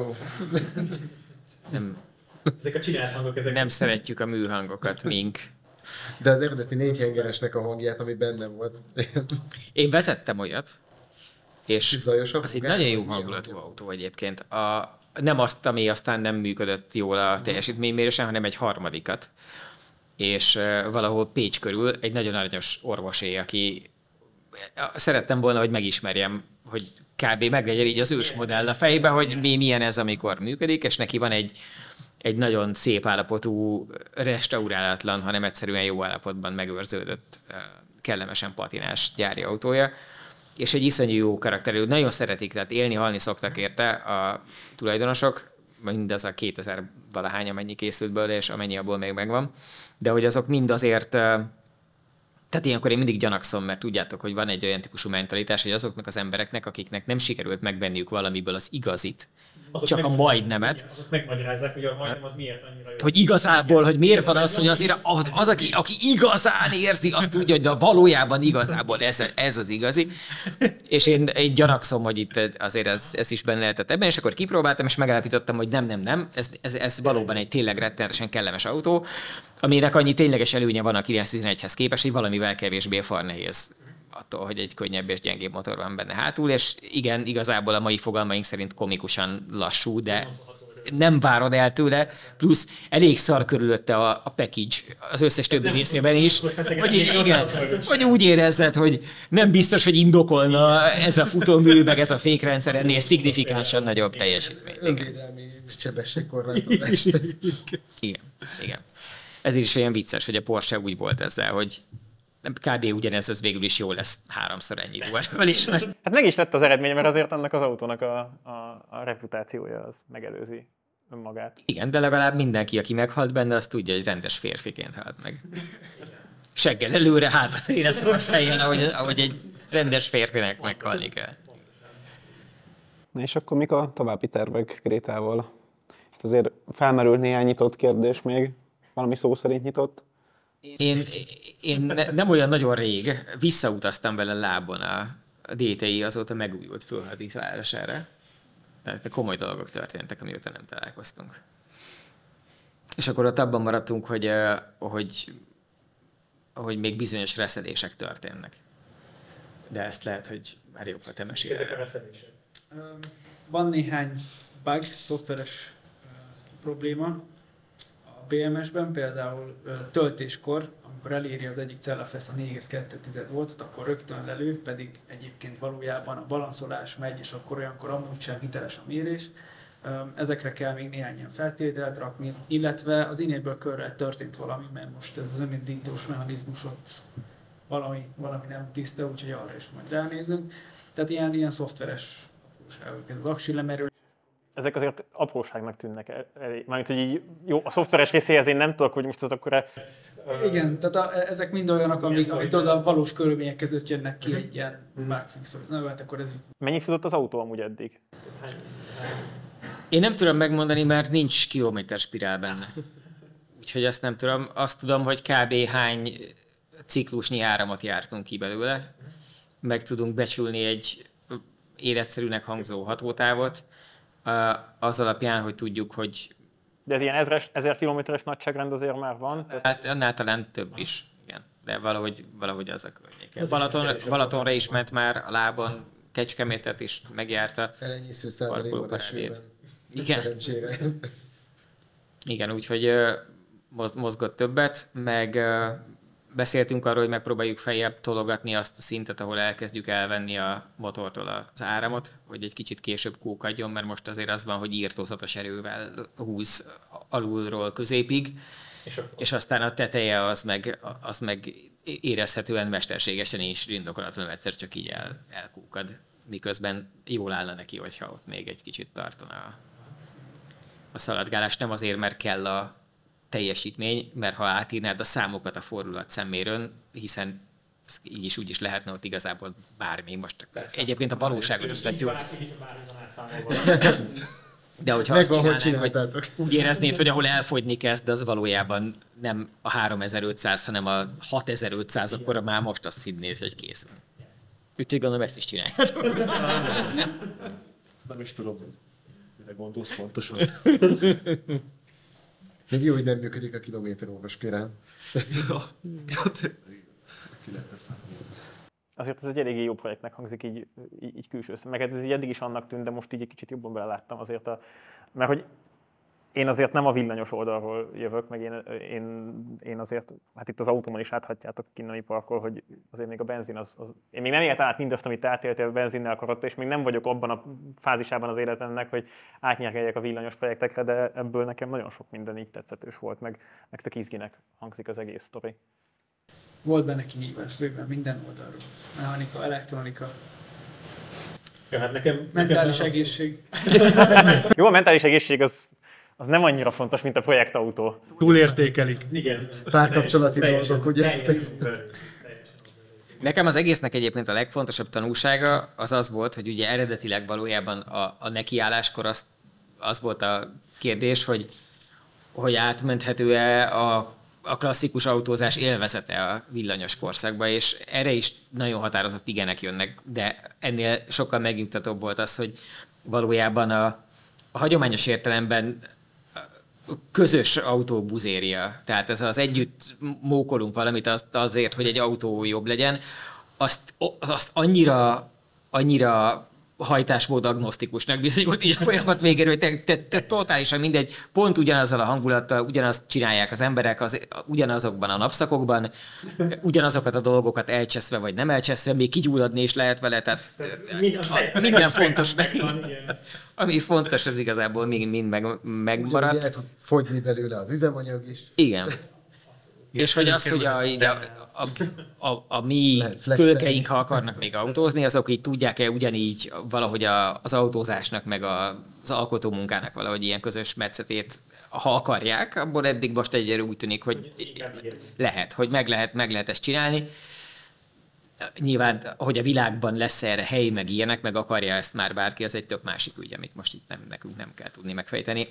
Nem, Ezek a csinált hangok, ezek... nem szeretjük a műhangokat, mink. De az eredeti 4 hengeresnek a hangját, ami benne volt. Én vezettem olyat, és Zajosabb? az egy nagyon jó hangulatú autó egyébként. Nem azt, ami aztán nem működött jól a teljesítménymérésen, hanem egy harmadikat. És valahol Pécs körül egy nagyon aranyos orvosé, aki szerettem volna, hogy megismerjem, hogy kb. Meglegyen így az ősmodell a fejbe, hogy milyen ez, amikor működik, és neki van egy nagyon szép állapotú, restaurálatlan, hanem egyszerűen jó állapotban megőrződött, kellemesen patinás gyári autója, és egy iszonyú jó karakterű. Nagyon szeretik, tehát élni, halni szoktak érte a tulajdonosok, mindaz a 2000 valahány, amennyi készült belőle, és amennyi abból még megvan, de hogy azok mind azért, tehát ilyenkor én mindig gyanakszom, mert tudjátok, hogy van egy olyan típusú mentalitás, hogy azoknak az embereknek, akiknek nem sikerült megvenniük valamiből az igazit, azok csak a majdnemet. Azok megmagyarázzák, hogy a majdnem az miért annyira jó. Hogy igazából, hogy miért van az, hogy azért az aki igazán érzi, azt tudja, hogy de valójában igazából ez az igazi. És én gyanakszom, hogy itt azért ez is benne lehetett ebben, és akkor kipróbáltam, és megállapítottam, hogy nem, ez valóban egy tényleg rettenetesen kellemes autó, aminek annyi tényleges előnye van a 911-hez képest, hogy valamivel kevésbé farnehéz attól, hogy egy könnyebb és gyengébb motor van benne hátul, és igen, igazából a mai fogalmaink szerint komikusan lassú, de nem várod el tőle, plusz elég szar körülötte a package az összes többi részében is, hogy, igen, hogy úgy érezzed, hogy nem biztos, hogy indokolna ez a futómű, meg ez a fékrendszer ennél szignifikánsan nagyobb teljesítmény. Önvédelmi sebességkorlátozást. Igen. Ezért is olyan vicces, hogy a Porsche úgy volt ezzel, hogy kb. Ugyanez az végül is jó lesz 3-szor ennyi durvával is. Hát meg is lett az eredmény, mert azért annak az autónak a reputációja az megelőzi önmagát. Igen, de legalább mindenki, aki meghalt benne, az tudja, hogy rendes férfiként halt meg. Seggel előre, hátra érezett fejjel, ahogy egy rendes férfinek meghalni kell. Na és akkor mik a további tervek Grétával? Azért felmerült néhány nyitott kérdés még, valami szó szerint nyitott. Nem olyan nagyon rég visszautaztam vele lábon a DTI azóta megújult fölhadítására. Tehát komoly dolgok történtek, amióta nem találkoztunk. És akkor ott abban maradtunk, hogy még bizonyos reszedések történnek. De ezt lehet, hogy már jobb, ha te mesélj. Ezek a reszedések. Van néhány bug, szoftveres probléma a BMS-ben, például töltéskor, amikor eléri az egyik cellafesz a 4,2 voltot, akkor rögtön lelő, pedig egyébként valójában a balanszolás megy, és akkor olyankor amúgy sem hiteles a mérés. Ezekre kell még néhány ilyen feltételt rakni, illetve az enable körrel történt valami, mert most ez az önindítós mechanizmus ott valami nem tiszta, úgyhogy arra is majd ránézünk. Tehát ilyen szoftveres apróságok, ez az aksilemerő. Ezek azért apróságnak tűnnek. Mármint, hogy így, jó, a szoftveres részéhez én nem tudok, hogy most az akkor... Igen, tehát ezek mind olyanok, amik a valós körülmények között jönnek ki egy ilyen bugfix. Na, hát akkor ez... Mennyi futott az autó amúgy eddig? Én nem tudom megmondani, mert nincs kilométerspirál benne. Úgyhogy azt nem tudom. Azt tudom, hogy kb. Hány ciklusnyi áramot jártunk ki belőle. Meg tudunk becsülni egy életszerűnek hangzó hatótávot. Az alapján, hogy tudjuk, hogy... De ez ilyen 1000 kilométeres nagyságrend azért már van? Hát annál talán több is, igen. De valahogy az a környéken. Balatonra is ment már a lábon, Kecskemétet is megjárta. Elenyésző százalékban esőben. Igen. Szerencsére. Igen, úgyhogy mozgott többet, meg beszéltünk arról, hogy megpróbáljuk feljebb tologatni azt a szintet, ahol elkezdjük elvenni a motortól az áramot, hogy egy kicsit később kókadjon, mert most azért az van, hogy írtózatos erővel húz alulról középig, és aztán a teteje az meg érezhetően mesterségesen és indokolatlanul egyszer csak így elkúkad, miközben jól állna neki, hogyha ott még egy kicsit tartana a szaladgálás. Nem azért, mert kell a teljesítmény, mert ha átírnád a számokat a fordulat szemmérőn, hiszen így is úgy is lehetne ott igazából bármi. Most persze, egyébként a valóságot is látjuk. De hogyha azt csinálnánk, hogy úgy éreznéd, hogy ahol elfogyni kezd, az valójában nem a 3500, hanem a 6500, akkor már most azt hinnéd, hogy kész. Úgyhogy gondolom ezt is csináljátok. Nem is tudom, hogy mire gondolsz pontosan. Még jó, hogy nem működik a kilométeróra spirál. Azért ez egy eléggé jó projektnek hangzik így külső meg ez így eddig is annak tűnt, de most így egy kicsit jobban beleláttam azért, mert hogy én azért nem a villanyos oldalról jövök, meg én azért, hát itt az autómon is láthatjátok kint parkol, hogy azért még a benzin én még nem éltem át mindazt, amit átéltél a benzinnel karotta, és még nem vagyok abban a fázisában az életemnek, hogy átnyergeljek a villanyos projektekre, de ebből nekem nagyon sok minden így tetszetős volt, meg tök izginek hangzik az egész sztori. Volt benne kihívás, bőven minden oldalról. Mechanika, elektronika. Ja, hát nekem mentális egészség. Jó, a mentális egészség az nem annyira fontos, mint a projektautó. Túlértékelik. Igen. Párkapcsolati dolgok, ugye? Nekem az egésznek egyébként a legfontosabb tanulsága az volt, hogy ugye eredetileg valójában a nekiálláskor az volt a kérdés, hogy átmenthető-e a klasszikus autózás élvezete a villanyos korszakba, és erre is nagyon határozott igenek jönnek, de ennél sokkal megnyugtatóbb volt az, hogy valójában a hagyományos értelemben közös autó buzéria. Tehát ez az együtt mókolunk valamit azért, hogy egy autó jobb legyen, azt annyira hajtásmód agnosztikusnak bizonyult így a folyamat végéről, hogy te totálisan mindegy, pont ugyanazzal a hangulattal, ugyanazt csinálják az emberek, ugyanazokban a napszakokban, ugyanazokat a dolgokat elcseszve vagy nem elcseszve, még kigyulladni is lehet vele, tehát minden fontos, ami fontos, az igazából mind megmarad. Ugye el tud fogyni belőle az üzemanyag is. Igen. És hogy az, hogy a mi tölkeink, ha akarnak még autózni, azok így tudják-e ugyanígy valahogy az autózásnak, meg az alkotómunkának valahogy ilyen közös metszetét, ha akarják, abból eddig most egyre úgy tűnik, hogy lehet, hogy meg lehet ezt csinálni. Nyilván, hogy a világban lesz erre hely, meg ilyenek, meg akarja ezt már bárki, az egy tök másik ügy, amit most itt nekünk nem kell tudni megfejteni,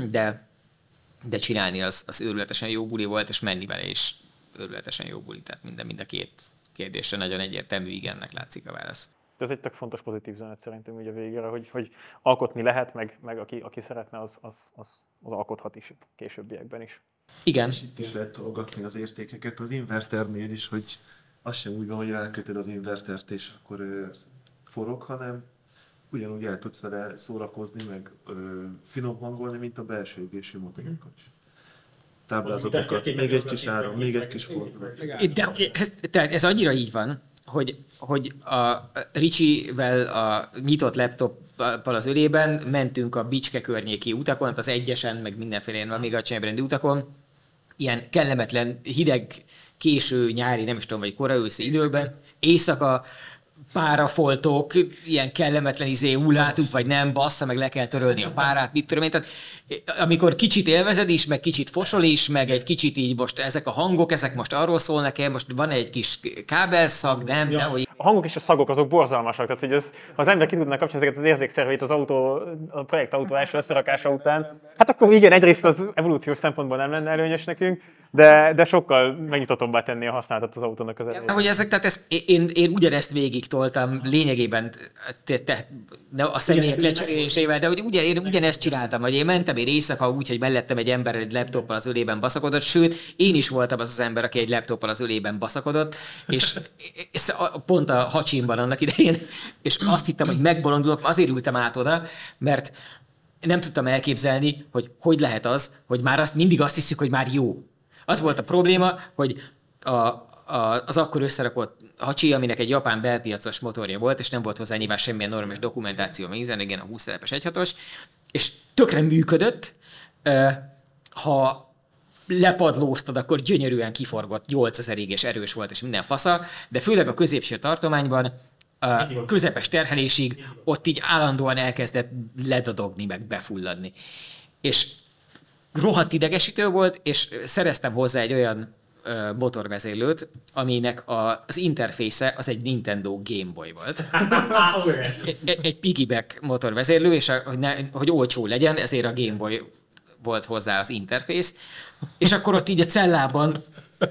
de csinálni az őrületesen jó buli volt, és menni vele is őrületesen jó buli, tehát mind a két kérdésre nagyon egyértelmű igennek látszik a válasz. Ez egy tök fontos pozitív üzenet szerintem ugye a végére, hogy alkotni lehet, meg aki szeretne, az alkothat is későbbiekben is. Igen. És itt is lehet tologatni az értékeket az inverternél is, hogy az sem úgy van, hogy rákötöd az invertert és akkor forog, hanem ugyanúgy el tudsz vele szórakozni, meg finom hangolni, mint a belső égésű motorokkal is. Táblázatokat, még egy kis áram, még egy kis fordulat. De ez annyira így van, hogy a Ricsivel a nyitott laptoppal az ölében mentünk a Bicske környéki utakon, az egyesen, meg mindenféle még a csenyebrendi utakon, ilyen kellemetlen, hideg, késő nyári, nem is tudom, vagy kora őszi időben, éjszaka, párafoltok, ilyen kellemetlen hullátuk, vagy nem, bassza, meg le kell törölni a párát, mit tudom én. Tehát amikor kicsit élvezed is, meg kicsit fosol is, meg egy kicsit így most ezek a hangok, ezek most arról szólnak el, most van egy kis kábelszag, nem, ja. Hogy... A hangok és a szagok azok borzalmasak, tehát hogy ha az ember ki tudná kapcsolni ezeket az érzékszerveit az a projektautó első összerakása után, hát akkor igen, egyrészt az evolúciós szempontból nem lenne előnyös nekünk, de sokkal megnyitottabbá tenni a használatot az autónak az elején. Hogy ezek, tehát én ugyanezt végig toltam lényegében a személyek lecserélésével, de hogy én ugyanezt csináltam, hogy én mentem egy éjszaka úgy, hogy mellettem egy ember egy laptoppal az ölében baszakodott, sőt, én is voltam az ember, aki egy laptoppal az ölében baszakodott, és pont a Hacsimban annak idején, és azt hittem, hogy megbolondulok, azért ültem át oda, mert nem tudtam elképzelni, hogy lehet az, hogy már mindig azt hiszük, hogy már jó. Az volt a probléma, hogy az akkor összerakott Hacsi, aminek egy japán belpiacos motorja volt, és nem volt hozzá nyilván semmilyen normális dokumentáció, még igen, a 20 telepes 1.6-os, és tökre működött, ha lepadlóztad, akkor gyönyörűen kiforgott, 8000-ig és erős volt, és minden fasza, de főleg a középső tartományban, közepes terhelésig ott így állandóan elkezdett ledadogni, meg befulladni. És rohadt idegesítő volt, és szereztem hozzá egy olyan motorvezérlőt, aminek az interfésze az egy Nintendo Game Boy volt. Egy piggyback motorvezérlő, és hogy olcsó legyen, ezért a Game Boy volt hozzá az interfész, és akkor ott így a cellában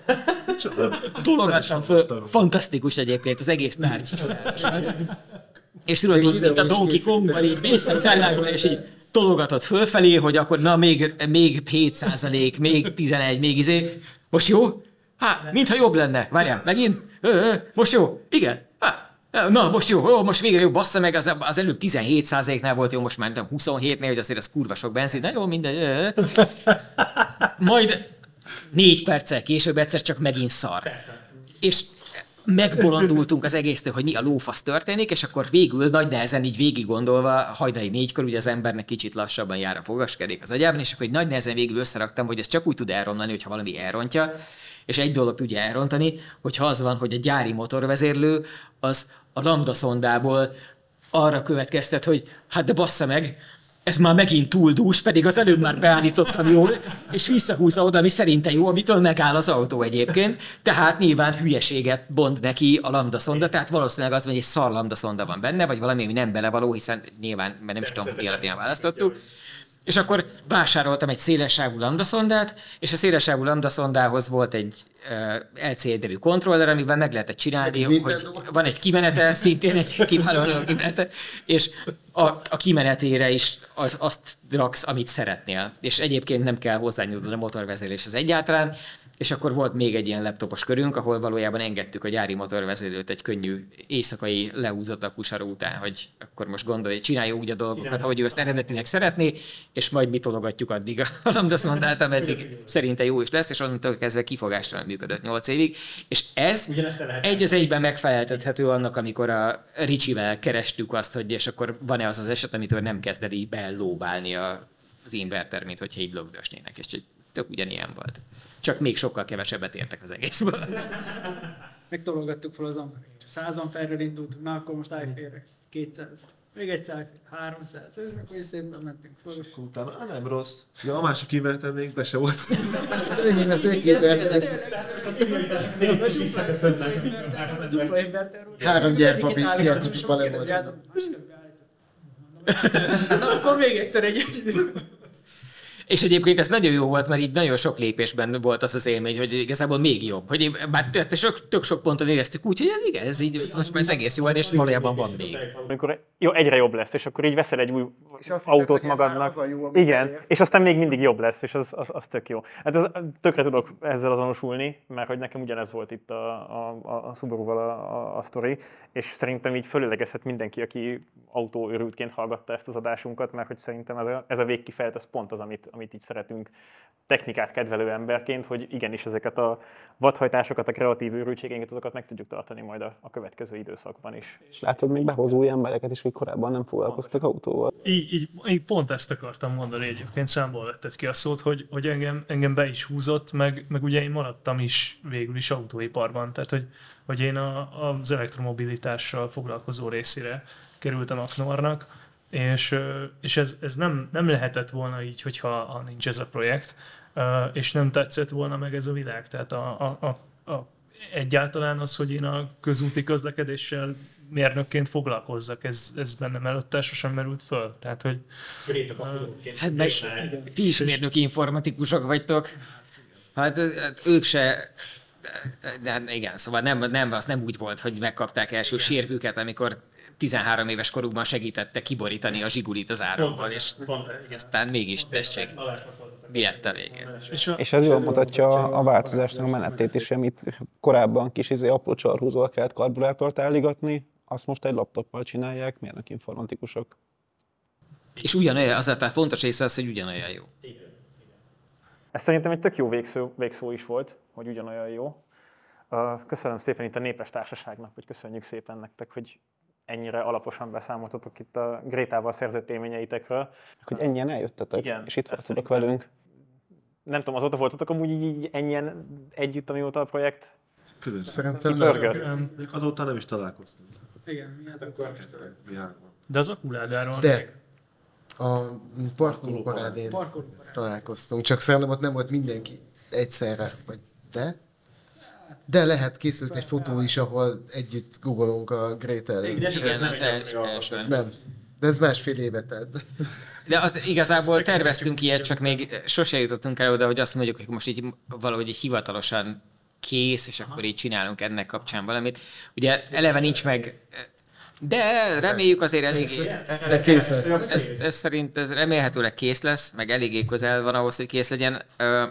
tologattam föl. Fantasztikus egyébként, az egész tárgy csodálatos. És tudod, így, mint a Donkey Kongban, így mész a cellából, és így tologatott fölfelé, hogy akkor na még 7%, még 11, még most jó? Mintha jobb lenne. Várjál, megint? Most jó? Igen. Na, most jó, most végre jó, bassza meg, az előbb 17%-nál volt jó, most már nem 27-nél, hogy azért az kurva sok benzin, na jó, minden. Majd 4 perccel később egyszer csak megint szar. És megbolondultunk az egésztől, hogy mi a lófasz történik, és akkor végül nagy nehezen így végig gondolva, hajnali 4-kor ugye az embernek kicsit lassabban jár a fogaskerék az agyában, és akkor nagy nehezen végül összeraktam, hogy ez csak úgy tud elromlani, hogyha valami elrontja, és egy dolog tudja elrontani, hogyha az van, hogy a gyári motorvezérlő az a lambda szondából arra következtet, hogy hát de bassza meg, ez már megint túl dús, pedig az előbb már beállítottam jól, és visszahúzza oda, ami szerinte jó, amitől megáll az autó egyébként. Tehát nyilván hülyeséget bond neki a lambda szonda, tehát valószínűleg az, hogy egy szar lambda szonda van benne, vagy valami, ami nem belevaló, hiszen nyilván, mert nem is tudom, hogy alapján választottuk. És akkor vásároltam egy szélessávú lambdaszondát, és a szélessávú lambdaszondához volt egy LCD nevű kontroller, amivel meg lehetett csinálni, hogy van egy kimenete, szintén egy kiváló kimenete, és a kimenetére is azt raksz, amit szeretnél. És egyébként nem kell hozzányúlnod a motorvezérléshez egyáltalán, És akkor volt még egy ilyen laptopos körünk, ahol valójában engedtük a gyári motorvezérlőt egy könnyű éjszakai lehúzott akusaró után, hogy akkor most gondolj, hogy csinálja úgy a dolgokat, ahogy ő ezt eredetileg szeretné, és majd mi tologatjuk addig a Lambda szondát, ameddig szerinte jó is lesz, és onnantól kezdve kifogástalan működött 8 évig. És ez egy az egyben megfeleltethető annak, amikor a Ricsivel kerestük azt, hogy és akkor van-e az az eset, amitől nem kezded így belóbálni az inverter, mint hogyha így lögdösnének, és tök ugyanilyen volt. Csak még sokkal kevesebbet értek az egészből. Megtologattuk fel az amperét. 100 amperrel indultunk, na akkor most állj félre. 200. Még egy 100, 300, és akkor is szépen mentünk fel. Utána, nem rossz. Ja, a másik inverter még be se volt. Igen, az egy inverter. Dupla inverter volt. 3 gyertyapis bale volt. Na akkor még egyszer egy. És egyébként ez nagyon jó volt, mert így nagyon sok lépésben volt az az élmény, hogy igazából még jobb. Hogy bár tök sok ponton éreztük úgy, hogy ez igen, ez így most már ez egész jó, és valójában van még. Amikor egyre jobb lesz, és akkor így veszel egy új azt autót hittem, hogy ez magadnak. már az a jó, amit Igen, elérsz. és aztán még mindig jobb lesz, és az tök jó. Hát tökre tudok ezzel azonosulni, mert hogy nekem ugyanez volt itt a Subaru-val a sztori, és szerintem így fölélegezhet mindenki, aki autóőrültként hallgatta ezt az adásunkat, mert hogy szerintem ez a végkifejlet, ez pont az, amit így szeretünk technikát kedvelő emberként, hogy igenis ezeket a vadhajtásokat, a kreatív őrültségeinket, azokat meg tudjuk tartani majd a következő időszakban is. És látod, még behoz új embereket is, hogy korábban nem foglalkoztak autóval. Így pont ezt akartam mondani egyébként, számból vetted ki a szót, hogy engem be is húzott, meg ugye én maradtam is végül is autóiparban, tehát hogy én az elektromobilitással foglalkozó részére kerültem a Knorrnak, és ez nem lehetett volna így, hogyha nincs ez a projekt, és nem tetszett volna meg ez a világ. Tehát egyáltalán az, hogy én a közúti közlekedéssel mérnökként foglalkozzak, ez bennem előtte sosem merült föl. Tehát, hogy... Hát meg ti is mérnöki informatikusok vagytok. Hát ők se... De igen, szóval az nem úgy volt, hogy megkapták első sérvüket, amikor 13 éves korukban segítette kiborítani a zsigulit az áramból, és aztán mégis tessék, mi lett a vége. És ez jól mutatja a változásnak a menetét is, amit korábban kis apró csarhúzóval kellett karburátort álligatni, azt most egy laptoppal csinálják, mérnök informatikusok. És ugyanolyan, azáltal fontos része az, hogy ugyanolyan jó. Ez szerintem egy tök jó végszó is volt, hogy ugyanolyan jó. Köszönöm szépen itt a Népes Társaságnak, vagy köszönjük szépen nektek, hogy ennyire alaposan beszámoltatok itt a Grétával szerzett élményeitekről. Hogy ennyien eljöttetek, Igen, és itt ezt voltatok velünk. Nem tudom, azóta voltatok amúgy így ennyien együtt, amióta a projekt Különösen. Szerintem pörgött? Még azóta nem is találkoztunk. Igen, mi hát akkor Mi hárman. De az akuládáról De a parkolóparádén találkoztunk, csak szerintem ott nem volt mindenki egyszerre, vagy de lehet, készült egy fotó is, ahol együtt googolunk a Grétel. Igen, az első. Nem, de ez másfél éve tett. De az igazából terveztünk ilyet, csak még sose jutottunk el oda, hogy azt mondjuk, hogy most így valahogy így hivatalosan kész, és akkor így csinálunk ennek kapcsán valamit. Ugye eleve nincs meg, de reméljük azért eléggé. De kész lesz. Ez szerint ez remélhetőleg kész lesz, meg eléggé közel van ahhoz, hogy kész legyen.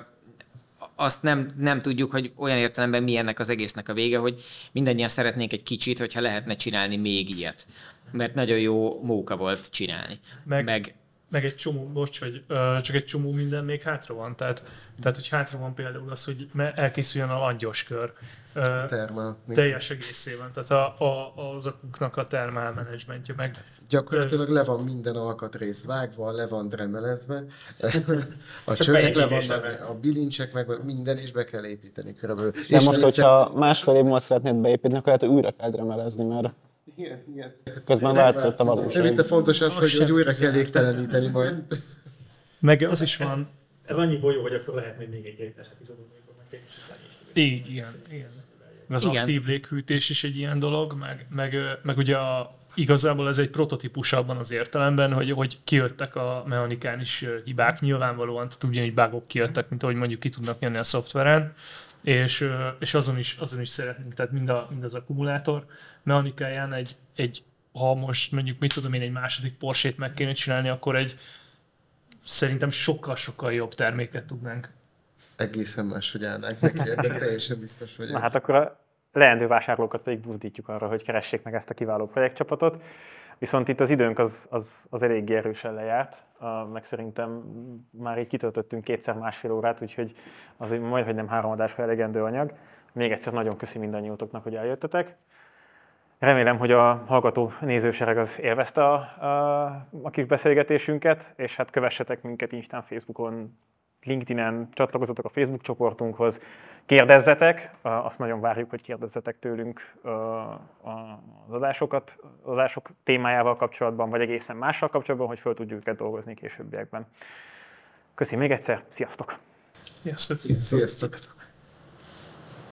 Azt nem tudjuk, hogy olyan értelemben mi ennek az egésznek a vége, hogy mindannyian szeretnénk egy kicsit, hogyha lehetne csinálni még ilyet. Mert nagyon jó móka volt csinálni. Meg egy csomó, bocs, hogy csak egy csomó minden még hátra van. Tehát hogy hátra van például az, hogy elkészüljön a langyos kör. Termál. Teljes egészében. Tehát az akuknak a termál menedzsmentje meg. Gyakorlatilag le van minden alkatrész vágva, le van dremelezve, a csövek le vannak, a bilincsek meg minden, és be kell építeni körülbelül. De most, hogyha másfél év múlva szeretnéd beépíteni, akkor lehet, hogy újra kell dremelezni, mert Igen. közben változott a valóság. Mint a fontos az, hogy újra kell légteleníteni majd. Meg az is van. Ez annyi bolyó, hogy akkor lehet még egy rétes epizódot, amikor meg Igen. Az Igen. aktív léghűtés is egy ilyen dolog, meg ugye igazából ez egy prototípus abban az értelemben, hogy kijöttek a mechanikán is hibák nyilvánvalóan, tehát ugyanígy bugok kijöttek, mint ahogy mondjuk ki tudnak jönni a szoftveren, és azon is szeretnénk, tehát mind az akkumulátor mechanikáján ha most mondjuk mit tudom én, egy második Porsche-t meg kéne csinálni, akkor szerintem sokkal-sokkal jobb terméket tudnánk egészen máshogy állnánk neki, ebben teljesen biztos vagyok. Na hát akkor a leendő vásárlókat pedig buzdítjuk arra, hogy keressék meg ezt a kiváló projektcsapatot. Viszont itt az időnk az eléggé erősen lejárt, meg szerintem már így kitöltöttünk 2x1,5 órát, úgyhogy azért majdhogy nem 3 adásra elegendő anyag. Még egyszer nagyon köszi mindannyiótoknak, hogy eljöttetek. Remélem, hogy a hallgató nézősereg az élvezte a kis beszélgetésünket, és hát kövessetek minket Instán, Facebookon, LinkedIn-en, csatlakozzatok a Facebook csoportunkhoz, kérdezzetek, azt nagyon várjuk, hogy kérdezzetek tőlünk az adások témájával kapcsolatban, vagy egészen mással kapcsolatban, hogy föl tudjuk őket dolgozni későbbiekben. Köszi még egyszer, sziasztok! Sziasztok! Sziasztok!